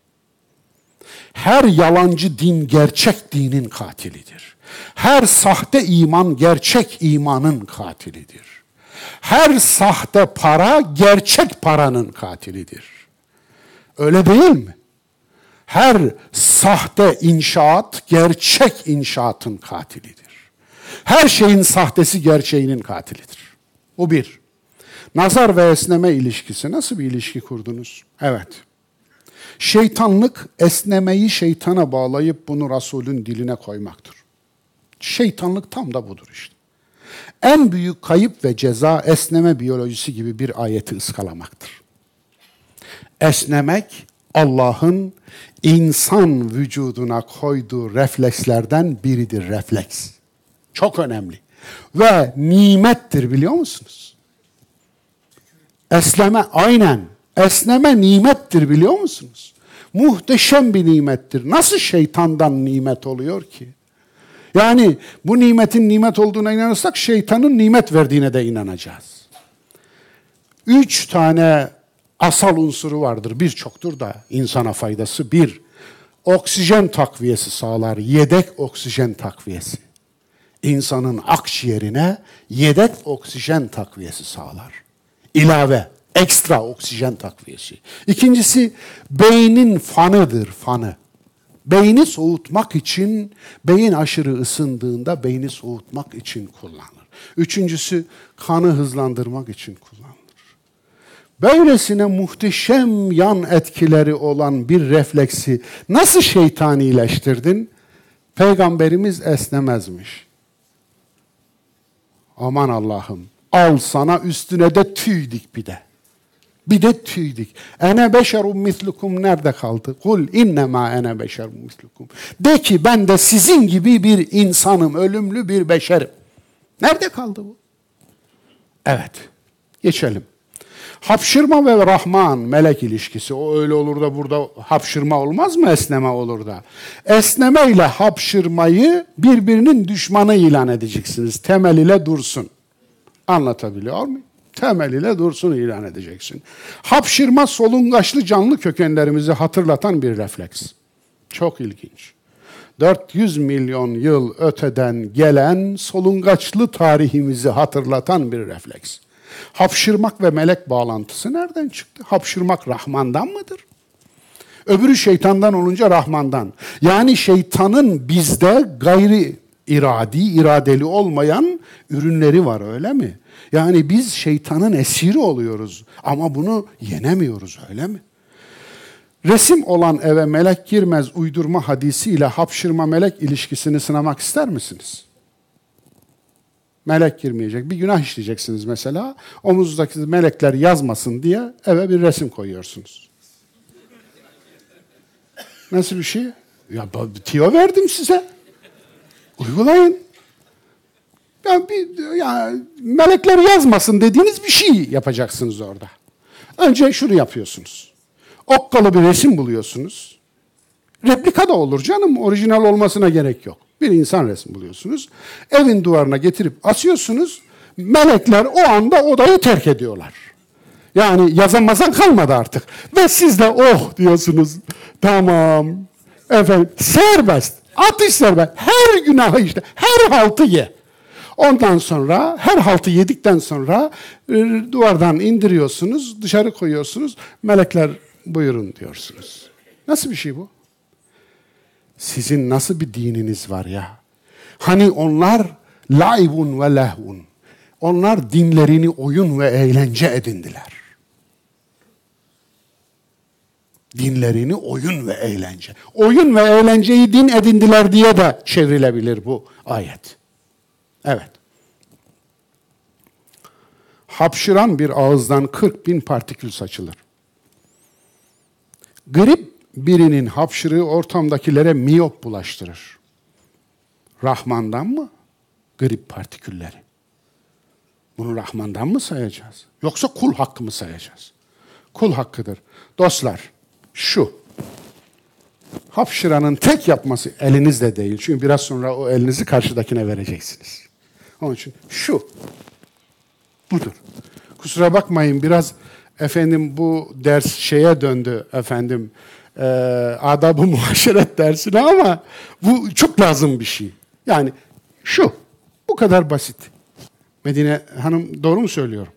Her yalancı din gerçek dinin katilidir. Her sahte iman gerçek imanın katilidir. Her sahte para gerçek paranın katilidir. Öyle değil mi? Her sahte inşaat gerçek inşaatın katilidir. Her şeyin sahtesi gerçeğinin katilidir. Bu bir. Nazar ve esneme ilişkisi. Nasıl bir ilişki kurdunuz? Evet. Şeytanlık, esnemeyi şeytana bağlayıp bunu Resulün diline koymaktır. Şeytanlık tam da budur işte. En büyük kayıp ve ceza esneme biyolojisi gibi bir ayeti ıskalamaktır. Esnemek Allah'ın insan vücuduna koyduğu reflekslerden biridir, refleks. Çok önemli. Ve nimettir, biliyor musunuz? Esneme, aynen. Esneme nimettir, biliyor musunuz? Muhteşem bir nimettir. Nasıl şeytandan nimet oluyor ki? Yani bu nimetin nimet olduğuna inanırsak şeytanın nimet verdiğine de inanacağız. 3 tane asal unsuru vardır. Birçoktur da insana faydası. 1, oksijen takviyesi sağlar. Yedek oksijen takviyesi. İnsanın akciğerine yedek oksijen takviyesi sağlar. İlave, ekstra oksijen takviyesi. İkincisi, beynin fanıdır, fanı. Beyni soğutmak için, beyin aşırı ısındığında beyni soğutmak için kullanılır. Üçüncüsü, kanı hızlandırmak için kullanılır. Böylesine muhteşem yan etkileri olan bir refleksi nasıl şeytanileştirdin? Peygamberimiz esnemezmiş. Aman Allah'ım, al sana üstüne de tüy dik bir de. Bir de tüy dik. Ene beşerum mislukum nerede kaldı? Kul innema ene beşerum mislukum. De ki ben de sizin gibi bir insanım, ölümlü bir beşerim. Nerede kaldı bu? Evet, geçelim. Hapşırma ve Rahman, melek ilişkisi. O öyle olur da burada hapşırma olmaz mı? Esneme olur da. Esneme ile hapşırmayı birbirinin düşmanı ilan edeceksiniz. Temel ile dursun. Anlatabiliyor muyum? Temel ile dursun ilan edeceksin. Hapşırma solungaçlı canlı kökenlerimizi hatırlatan bir refleks. Çok ilginç. 400 milyon yıl öteden gelen solungaçlı tarihimizi hatırlatan bir refleks. Hapşırmak ve melek bağlantısı nereden çıktı? Hapşırmak Rahman'dan mıdır? Öbürü şeytandan olunca Rahman'dan. Yani şeytanın bizde gayri iradeli olmayan ürünleri var, öyle mi? Yani biz şeytanın esiri oluyoruz ama bunu yenemiyoruz, öyle mi? Resim olan eve melek girmez uydurma hadisiyle hapşırma melek ilişkisini sınamak ister misiniz? Melek girmeyecek. Bir günah işleyeceksiniz mesela. Omuzdaki melekler yazmasın diye eve bir resim koyuyorsunuz. Nasıl bir şey? Ya tiyo verdim size. Uygulayın. Ya melekler yazmasın dediğiniz bir şey yapacaksınız orada. Önce şunu yapıyorsunuz. Okkalı bir resim buluyorsunuz. Replika da olur canım. Orijinal olmasına gerek yok. Bir insan resmi buluyorsunuz. Evin duvarına getirip asıyorsunuz. Melekler o anda odayı terk ediyorlar. Yani yazamazan kalmadı artık. Ve siz de oh diyorsunuz. Tamam. Efendim serbest. Atış serbest. Her günahı işte. Her haltı ye. Ondan sonra her haltı yedikten sonra duvardan indiriyorsunuz. Dışarı koyuyorsunuz. Melekler buyurun diyorsunuz. Nasıl bir şey bu? Sizin nasıl bir dininiz var ya? Hani onlar laibun ve lehvun. Onlar dinlerini oyun ve eğlence edindiler. Dinlerini oyun ve eğlence. Oyun ve eğlenceyi din edindiler diye de çevrilebilir bu ayet. Evet. Hapşıran bir ağızdan 40.000 partikül saçılır. Grip birinin hapşırığı ortamdakilere miyop bulaştırır. Rahman'dan mı? Grip partikülleri. Bunu Rahman'dan mı sayacağız? Yoksa kul hakkı mı sayacağız? Kul hakkıdır. Dostlar, şu. Hapşıranın tek yapması elinizle değil. Çünkü biraz sonra o elinizi karşıdakine vereceksiniz. Onun için şu. Budur. Kusura bakmayın biraz efendim bu ders şeye döndü efendim. Adab-ı muhaşeret dersine ama bu çok lazım bir şey. Yani şu. Bu kadar basit. Medine Hanım doğru mu söylüyorum?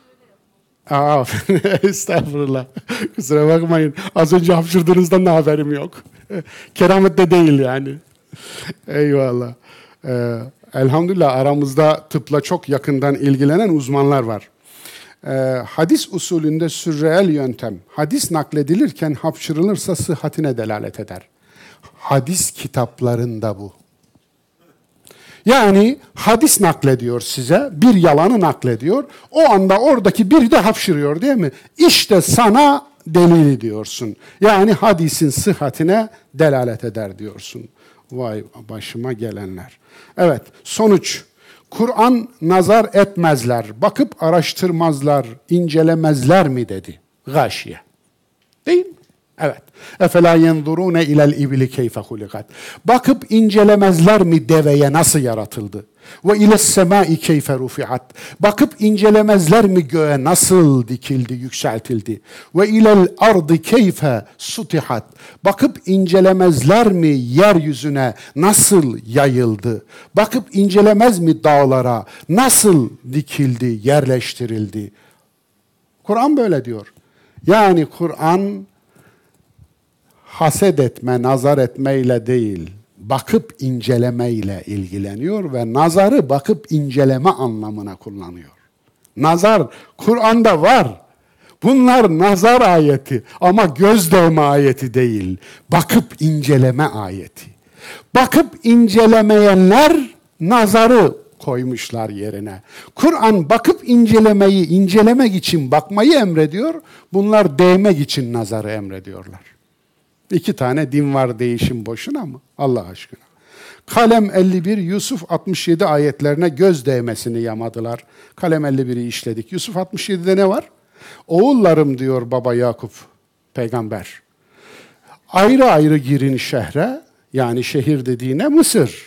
Estağfurullah. Kusura bakmayın. Az önce hapşırdığınızdan da haberim yok. Keramet de değil yani. Eyvallah. Elhamdülillah aramızda tıpla çok yakından ilgilenen uzmanlar var. Hadis usulünde sürreel yöntem, hadis nakledilirken hapşırılırsa sıhhatine delalet eder. Hadis kitaplarında bu. Yani hadis naklediyor size, bir yalanı naklediyor. O anda oradaki biri de hapşırıyor değil mi? İşte sana delili diyorsun. Yani hadisin sıhhatine delalet eder diyorsun. Vay başıma gelenler. Evet, sonuç. Kur'an nazar etmezler, bakıp araştırmazlar, incelemezler mi dedi Gâşiye. Değil mi? Evet. Efela yenzurune ilel ibli keyfe hulikat. Bakıp incelemezler mi deveye nasıl yaratıldı? Ve iles semai keyfe rufiat. Bakıp incelemezler mi göğe nasıl dikildi, yükseltildi? Ve ilel ardı keyfe sutihat. Bakıp incelemezler mi yeryüzüne nasıl yayıldı? Bakıp incelemez mi dağlara nasıl dikildi, yerleştirildi? Kur'an böyle diyor. Yani Kur'an haset etme, nazar etmeyle değil, bakıp incelemeyle ilgileniyor ve nazarı bakıp inceleme anlamına kullanıyor. Nazar Kur'an'da var. Bunlar nazar ayeti ama göz değme ayeti değil. Bakıp inceleme ayeti. Bakıp incelemeyenler nazarı koymuşlar yerine. Kur'an bakıp incelemeyi, incelemek için bakmayı emrediyor. Bunlar değmek için nazarı emrediyorlar. 2 tane din var, değişim boşuna mı? Allah aşkına. Kalem 51, Yusuf 67 ayetlerine göz değmesini yamadılar. Kalem 51'i işledik. Yusuf 67'de ne var? Oğullarım diyor baba Yakup, peygamber. Ayrı ayrı girin şehre, yani şehir dediğine Mısır.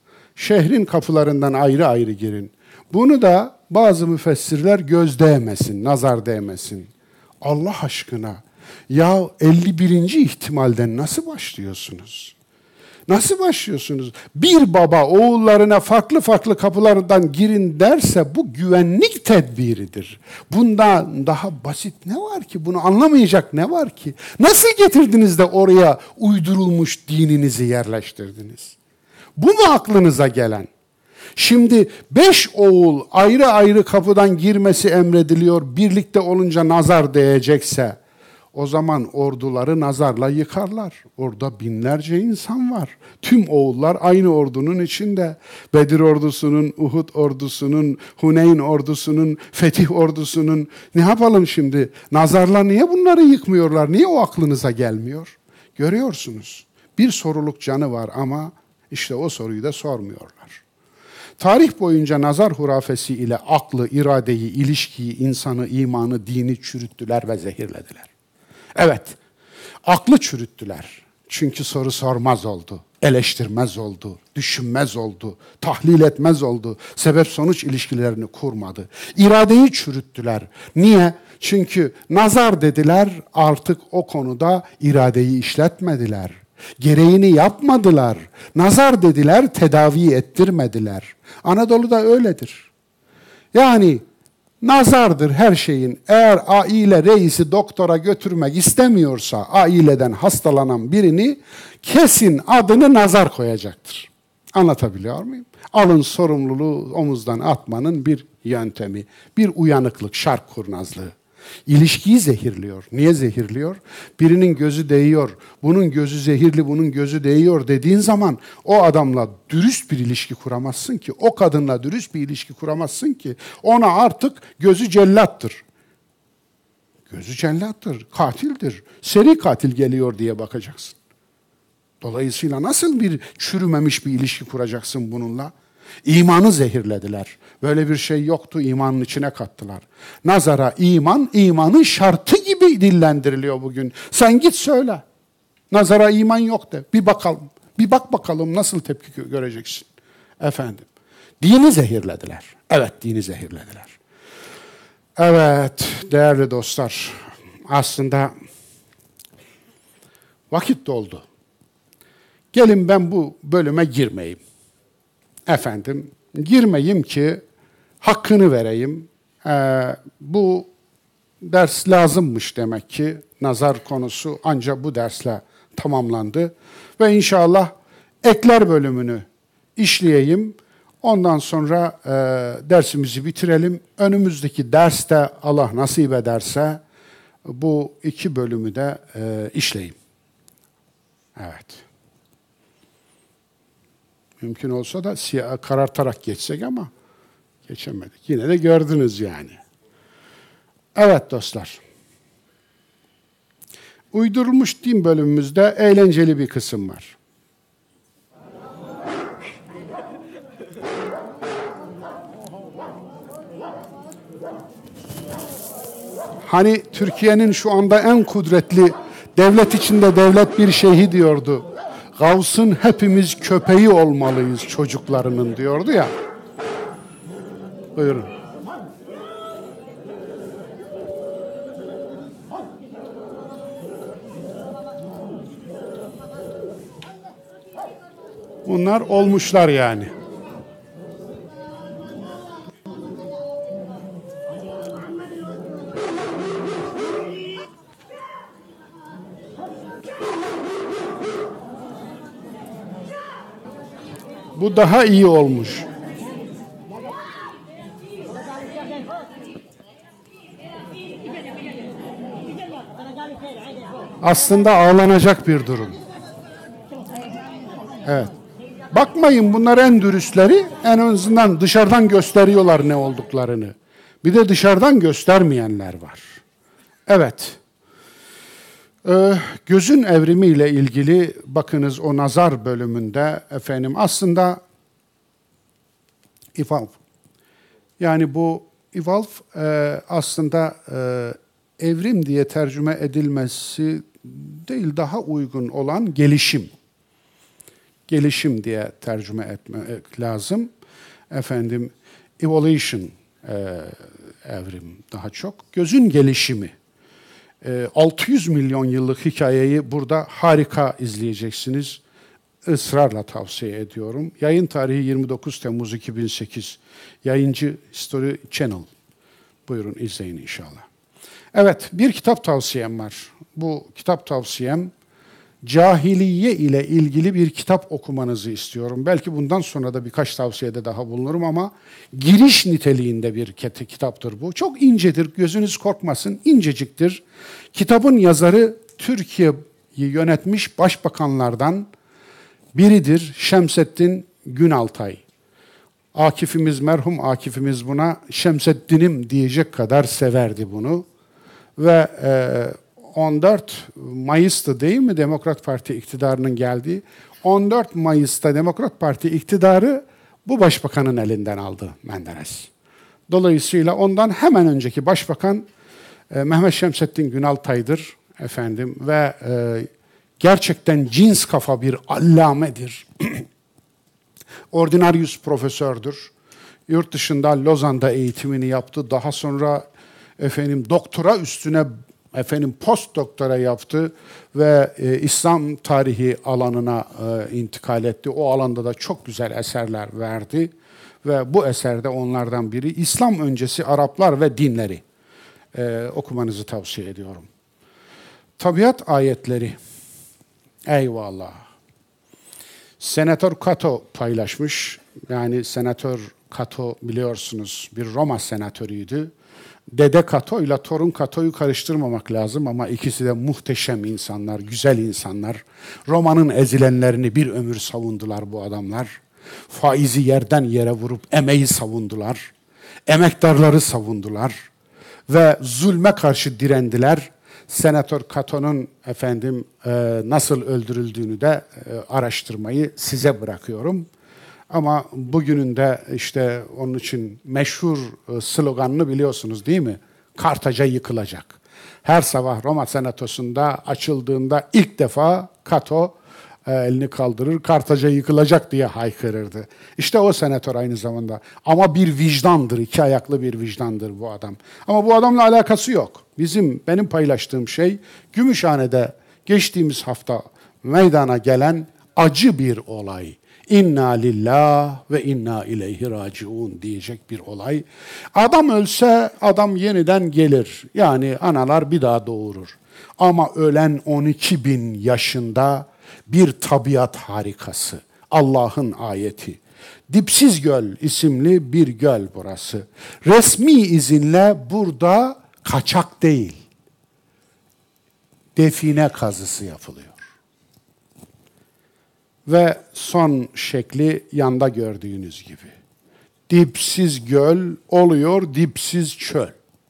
Şehrin kapılarından ayrı ayrı girin. Bunu da bazı müfessirler göz değmesin, nazar değmesin. Allah aşkına. Ya 51. ihtimalden nasıl başlıyorsunuz? Nasıl başlıyorsunuz? Bir baba oğullarına farklı farklı kapılardan girin derse bu güvenlik tedbiridir. Bundan daha basit ne var ki? Bunu anlamayacak ne var ki? Nasıl getirdiniz de oraya uydurulmuş dininizi yerleştirdiniz? Bu mu aklınıza gelen? Şimdi 5 oğul ayrı ayrı kapıdan girmesi emrediliyor. Birlikte olunca nazar değecekse o zaman orduları nazarla yıkarlar. Orada binlerce insan var. Tüm oğullar aynı ordunun içinde. Bedir ordusunun, Uhud ordusunun, Huneyn ordusunun, Fetih ordusunun. Ne yapalım şimdi? Nazarla niye bunları yıkmıyorlar? Niye o aklınıza gelmiyor? Görüyorsunuz. Bir soruluk canı var ama işte o soruyu da sormuyorlar. Tarih boyunca nazar hurafesi ile aklı, iradeyi, ilişkiyi, insanı, imanı, dini çürüttüler ve zehirlediler. Evet, aklı çürüttüler. Çünkü soru sormaz oldu, eleştirmez oldu, düşünmez oldu, tahlil etmez oldu, sebep-sonuç ilişkilerini kurmadı. İradeyi çürüttüler. Niye? Çünkü nazar dediler, artık o konuda iradeyi işletmediler. Gereğini yapmadılar. Nazar dediler, tedavi ettirmediler. Anadolu'da öyledir. Yani nazardır her şeyin. Eğer aile reisi doktora götürmek istemiyorsa aileden hastalanan birini kesin adını nazar koyacaktır. Anlatabiliyor muyum? Alın sorumluluğu omuzdan atmanın bir yöntemi, bir uyanıklık, şark kurnazlığı. İlişkiyi zehirliyor. Niye zehirliyor? Birinin gözü değiyor, bunun gözü zehirli, bunun gözü değiyor dediğin zaman o adamla dürüst bir ilişki kuramazsın ki, o kadınla dürüst bir ilişki kuramazsın ki, ona artık gözü cellattır. Gözü cellattır, katildir, seri katil geliyor diye bakacaksın. Dolayısıyla nasıl bir çürümemiş bir ilişki kuracaksın bununla? İmanı zehirlediler. Böyle bir şey yoktu, imanın içine kattılar. Nazara iman, imanın şartı gibi dillendiriliyor bugün. Sen git söyle. Nazara iman yok de. Bir bakalım. Bir bak bakalım nasıl tepki göreceksin. Efendim. Dini zehirlediler. Evet, dini zehirlediler. Evet, değerli dostlar. Aslında vakit doldu. Gelin ben bu bölüme girmeyeyim. Efendim, girmeyeyim ki hakkını vereyim. Bu ders lazımmış demek ki. Nazar konusu ancak bu dersle tamamlandı. Ve inşallah ekler bölümünü işleyeyim. Ondan sonra dersimizi bitirelim. Önümüzdeki derste Allah nasip ederse bu 2 bölümü de işleyeyim. Evet. Mümkün olsa da siyah karartarak geçsek ama geçemedik. Yine de gördünüz yani. Evet dostlar. Uydurulmuş din bölümümüzde eğlenceli bir kısım var. Hani Türkiye'nin şu anda en kudretli devlet içinde devlet bir şeyhi diyordu. Gavs'ın hepimiz köpeği olmalıyız çocuklarının diyordu ya. Buyurun. Bunlar olmuşlar yani. Bu daha iyi olmuş. Aslında ağlanacak bir durum. Evet. Bakmayın, bunlar en dürüstleri, en azından dışarıdan gösteriyorlar ne olduklarını. Bir de dışarıdan göstermeyenler var. Evet. Gözün evrimiyle ilgili bakınız o nazar bölümünde aslında evolve. Yani bu evolve aslında evrim diye tercüme edilmesi değil, daha uygun olan gelişim. Gelişim diye tercüme etmek lazım. Evolution, evrim daha çok. Gözün gelişimi. 600 milyon yıllık hikayeyi burada harika izleyeceksiniz. Israrla tavsiye ediyorum. Yayın tarihi 29 Temmuz 2008. Yayıncı History Channel. Buyurun izleyin inşallah. Evet, bir kitap tavsiyem var. Bu kitap tavsiyem, cahiliye ile ilgili bir kitap okumanızı istiyorum. Belki bundan sonra da birkaç tavsiyede daha bulunurum ama giriş niteliğinde bir kitaptır bu. Çok incedir, gözünüz korkmasın, inceciktir. Kitabın yazarı Türkiye'yi yönetmiş başbakanlardan biridir, Şemseddin Günaltay. Merhum Akif'imiz buna Şemseddin'im diyecek kadar severdi bunu. Ve 14 Mayıs'ta değil mi Demokrat Parti iktidarının geldiği? 14 Mayıs'ta Demokrat Parti iktidarı bu başbakanın elinden aldı Menderes. Dolayısıyla ondan hemen önceki başbakan Mehmet Şemseddin Günaltay'dır ve gerçekten cins kafa bir allamedir. Ordinarius profesördür. Yurt dışında Lozan'da eğitimini yaptı. Daha sonra doktora üstüne post doktora yaptı ve İslam tarihi alanına intikal etti. O alanda da çok güzel eserler verdi ve bu eserde onlardan biri İslam öncesi Araplar ve dinleri. Okumanızı tavsiye ediyorum. Tabiat ayetleri. Eyvallah. Senatör Cato paylaşmış. Yani Senatör Cato biliyorsunuz bir Roma senatörüydü. Dede Cato ile torun Cato'yu karıştırmamak lazım ama ikisi de muhteşem insanlar, güzel insanlar. Roma'nın ezilenlerini bir ömür savundular bu adamlar. Faizi yerden yere vurup emeği savundular. Emektarları savundular ve zulme karşı direndiler. Senatör Cato'nun nasıl öldürüldüğünü de araştırmayı size bırakıyorum. Ama bugünün de işte onun için meşhur sloganını biliyorsunuz değil mi? Kartaca yıkılacak. Her sabah Roma Senatosu'nda açıldığında ilk defa Cato elini kaldırır, Kartaca yıkılacak diye haykırırdı. İşte o senatör aynı zamanda. Ama bir vicdandır, iki ayaklı bir vicdandır bu adam. Ama bu adamla alakası yok. Benim paylaştığım şey Gümüşhane'de geçtiğimiz hafta meydana gelen acı bir olay. İnna lillah ve inna ileyhi raciun diyecek bir olay. Adam ölse adam yeniden gelir. Yani analar bir daha doğurur. Ama ölen 12 bin yaşında bir tabiat harikası. Allah'ın ayeti. Dipsiz Göl isimli bir göl burası. Resmi izinle burada kaçak değil, define kazısı yapılıyor. Ve son şekli yanda gördüğünüz gibi. Dipsiz göl oluyor dipsiz çöl.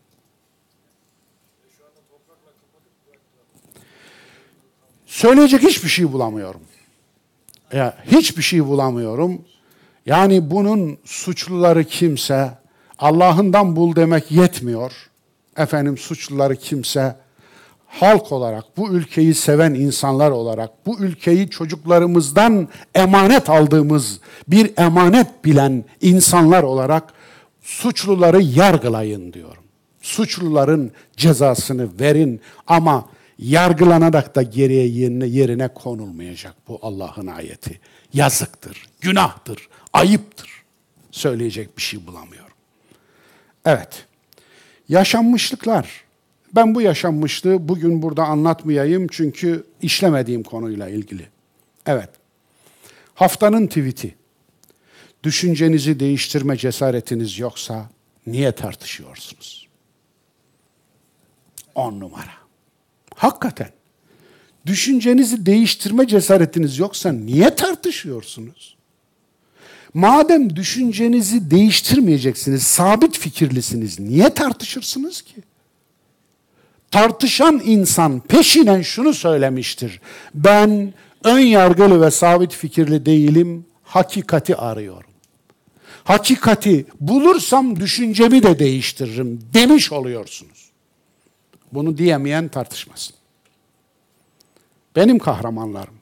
Söyleyecek hiçbir şey bulamıyorum. Hiçbir şey bulamıyorum. Yani bunun suçluları kimse, Allah'ından bul demek yetmiyor. Efendim suçluları kimse, halk olarak, bu ülkeyi seven insanlar olarak, bu ülkeyi çocuklarımızdan emanet aldığımız bir emanet bilen insanlar olarak suçluları yargılayın diyorum. Suçluların cezasını verin ama yargılanarak da geriye yerine konulmayacak bu Allah'ın ayeti. Yazıktır, günahtır, ayıptır. Söyleyecek bir şey bulamıyorum. Evet, yaşanmışlıklar. Ben bu yaşanmışlığı bugün burada anlatmayayım çünkü işlemediğim konuyla ilgili. Evet, haftanın tweet'i. Düşüncenizi değiştirme cesaretiniz yoksa niye tartışıyorsunuz? 10 numara. Hakikaten. Düşüncenizi değiştirme cesaretiniz yoksa niye tartışıyorsunuz? Madem düşüncenizi değiştirmeyeceksiniz, sabit fikirlisiniz, niye tartışırsınız ki? Tartışan insan peşinen şunu söylemiştir. Ben ön yargılı ve sabit fikirli değilim, hakikati arıyorum. Hakikati bulursam düşüncemi de değiştiririm demiş oluyorsunuz. Bunu diyemeyen tartışmasın. Benim kahramanlarım.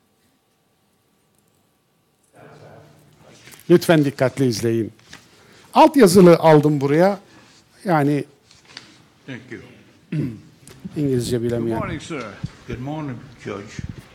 Lütfen dikkatli izleyin. Altyazılı aldım buraya. Yani Thank you. İngilizce Good bilemeyen. morning, sir. Good morning, Judge.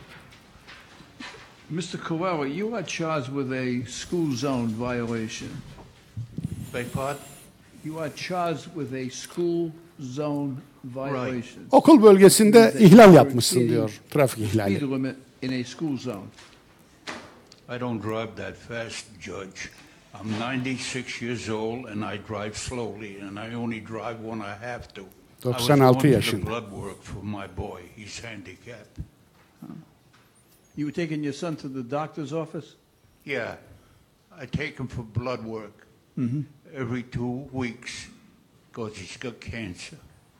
Mr. Carrera, you are charged with a school zone violation. Beg pardon? You are charged with a school zone violation. Okul bölgesinde ihlal yapmışsın diyor. Trafik Speed ihlali. limit in a school zone. I don't drive that fast, Judge. I'm 96 years old and I drive slowly and I only drive when I have to. I was 96 going to yaşında. the blood work for my boy. He's handicapped. You were taking your son to the doctor's office? Yeah, I take him for blood work every 2 weeks because he's got cancer.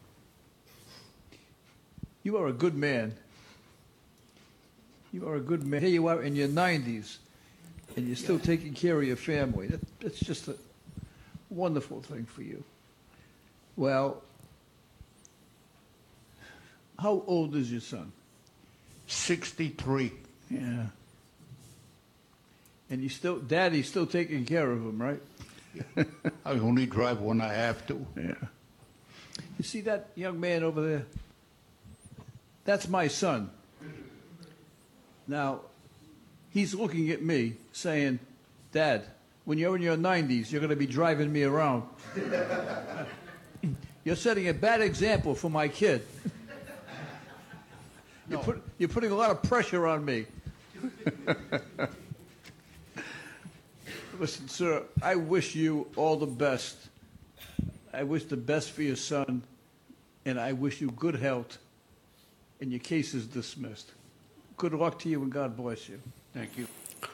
You are a good man. You are a good man. Here you are in your 90s, and you're still taking care of your family. That's just a wonderful thing for you. Well, how old is your son? 63. Yeah. And Daddy's still taking care of him, right? I only drive when I have to. Yeah. You see that young man over there? That's my son. Now, he's looking at me saying, Dad, when you're in your 90s, you're going to be driving me around. You're setting a bad example for my kid. You're putting a lot of pressure on me. Listen, sir, I wish you all the best. I wish the best for your son, and I wish you good health, and your case is dismissed. Good luck to you, and God bless you. Thank you.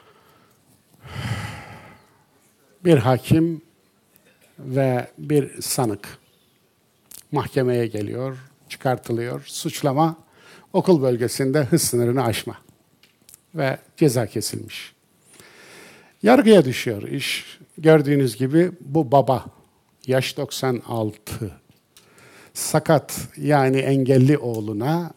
Bir hakim ve bir sanık mahkemeye geliyor, çıkartılıyor. Suçlama okul bölgesinde hız sınırını aşma ve ceza kesilmiş. Yargıya düşüyor iş. Gördüğünüz gibi bu baba, yaş 96, sakat yani engelli oğluna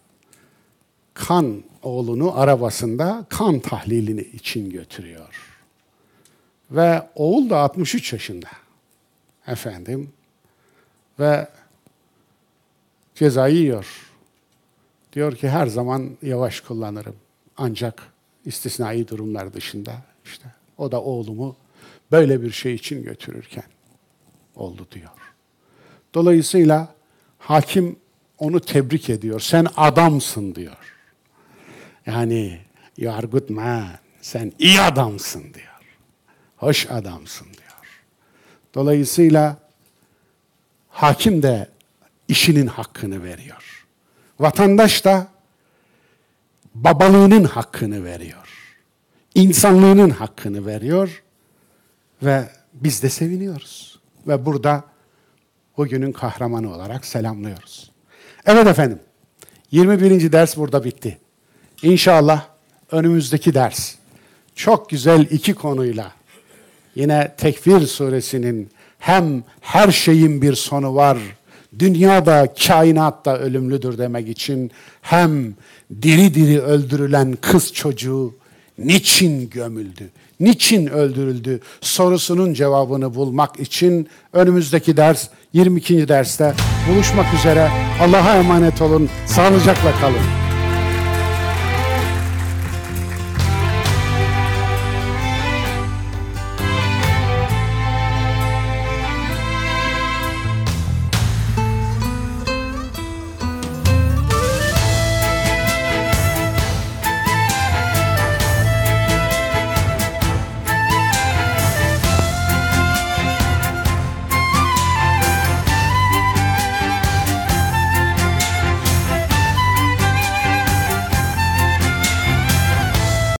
oğlunu arabasında kan tahlilini için götürüyor. Ve oğul da 63 yaşında. Efendim. Ve cezayı yiyor. Diyor ki her zaman yavaş kullanırım. Ancak istisnai durumlar dışında işte o da oğlumu böyle bir şey için götürürken oldu diyor. Dolayısıyla hakim onu tebrik ediyor. Sen adamsın diyor. Yani you are good man. Sen iyi adamsın diyor. Hoş adamsın diyor. Dolayısıyla hakim de işinin hakkını veriyor. Vatandaş da babalığının hakkını veriyor. insanlığının hakkını veriyor ve biz de seviniyoruz. Ve burada o günün kahramanı olarak selamlıyoruz. Evet efendim, 21. ders burada bitti. İnşallah önümüzdeki ders çok güzel 2 konuyla yine Tekvir suresinin hem her şeyin bir sonu var, dünyada, kainatta ölümlüdür demek için hem diri diri öldürülen kız çocuğu niçin gömüldü, niçin öldürüldü sorusunun cevabını bulmak için önümüzdeki ders 22. derste buluşmak üzere. Allah'a emanet olun, sağlıcakla kalın.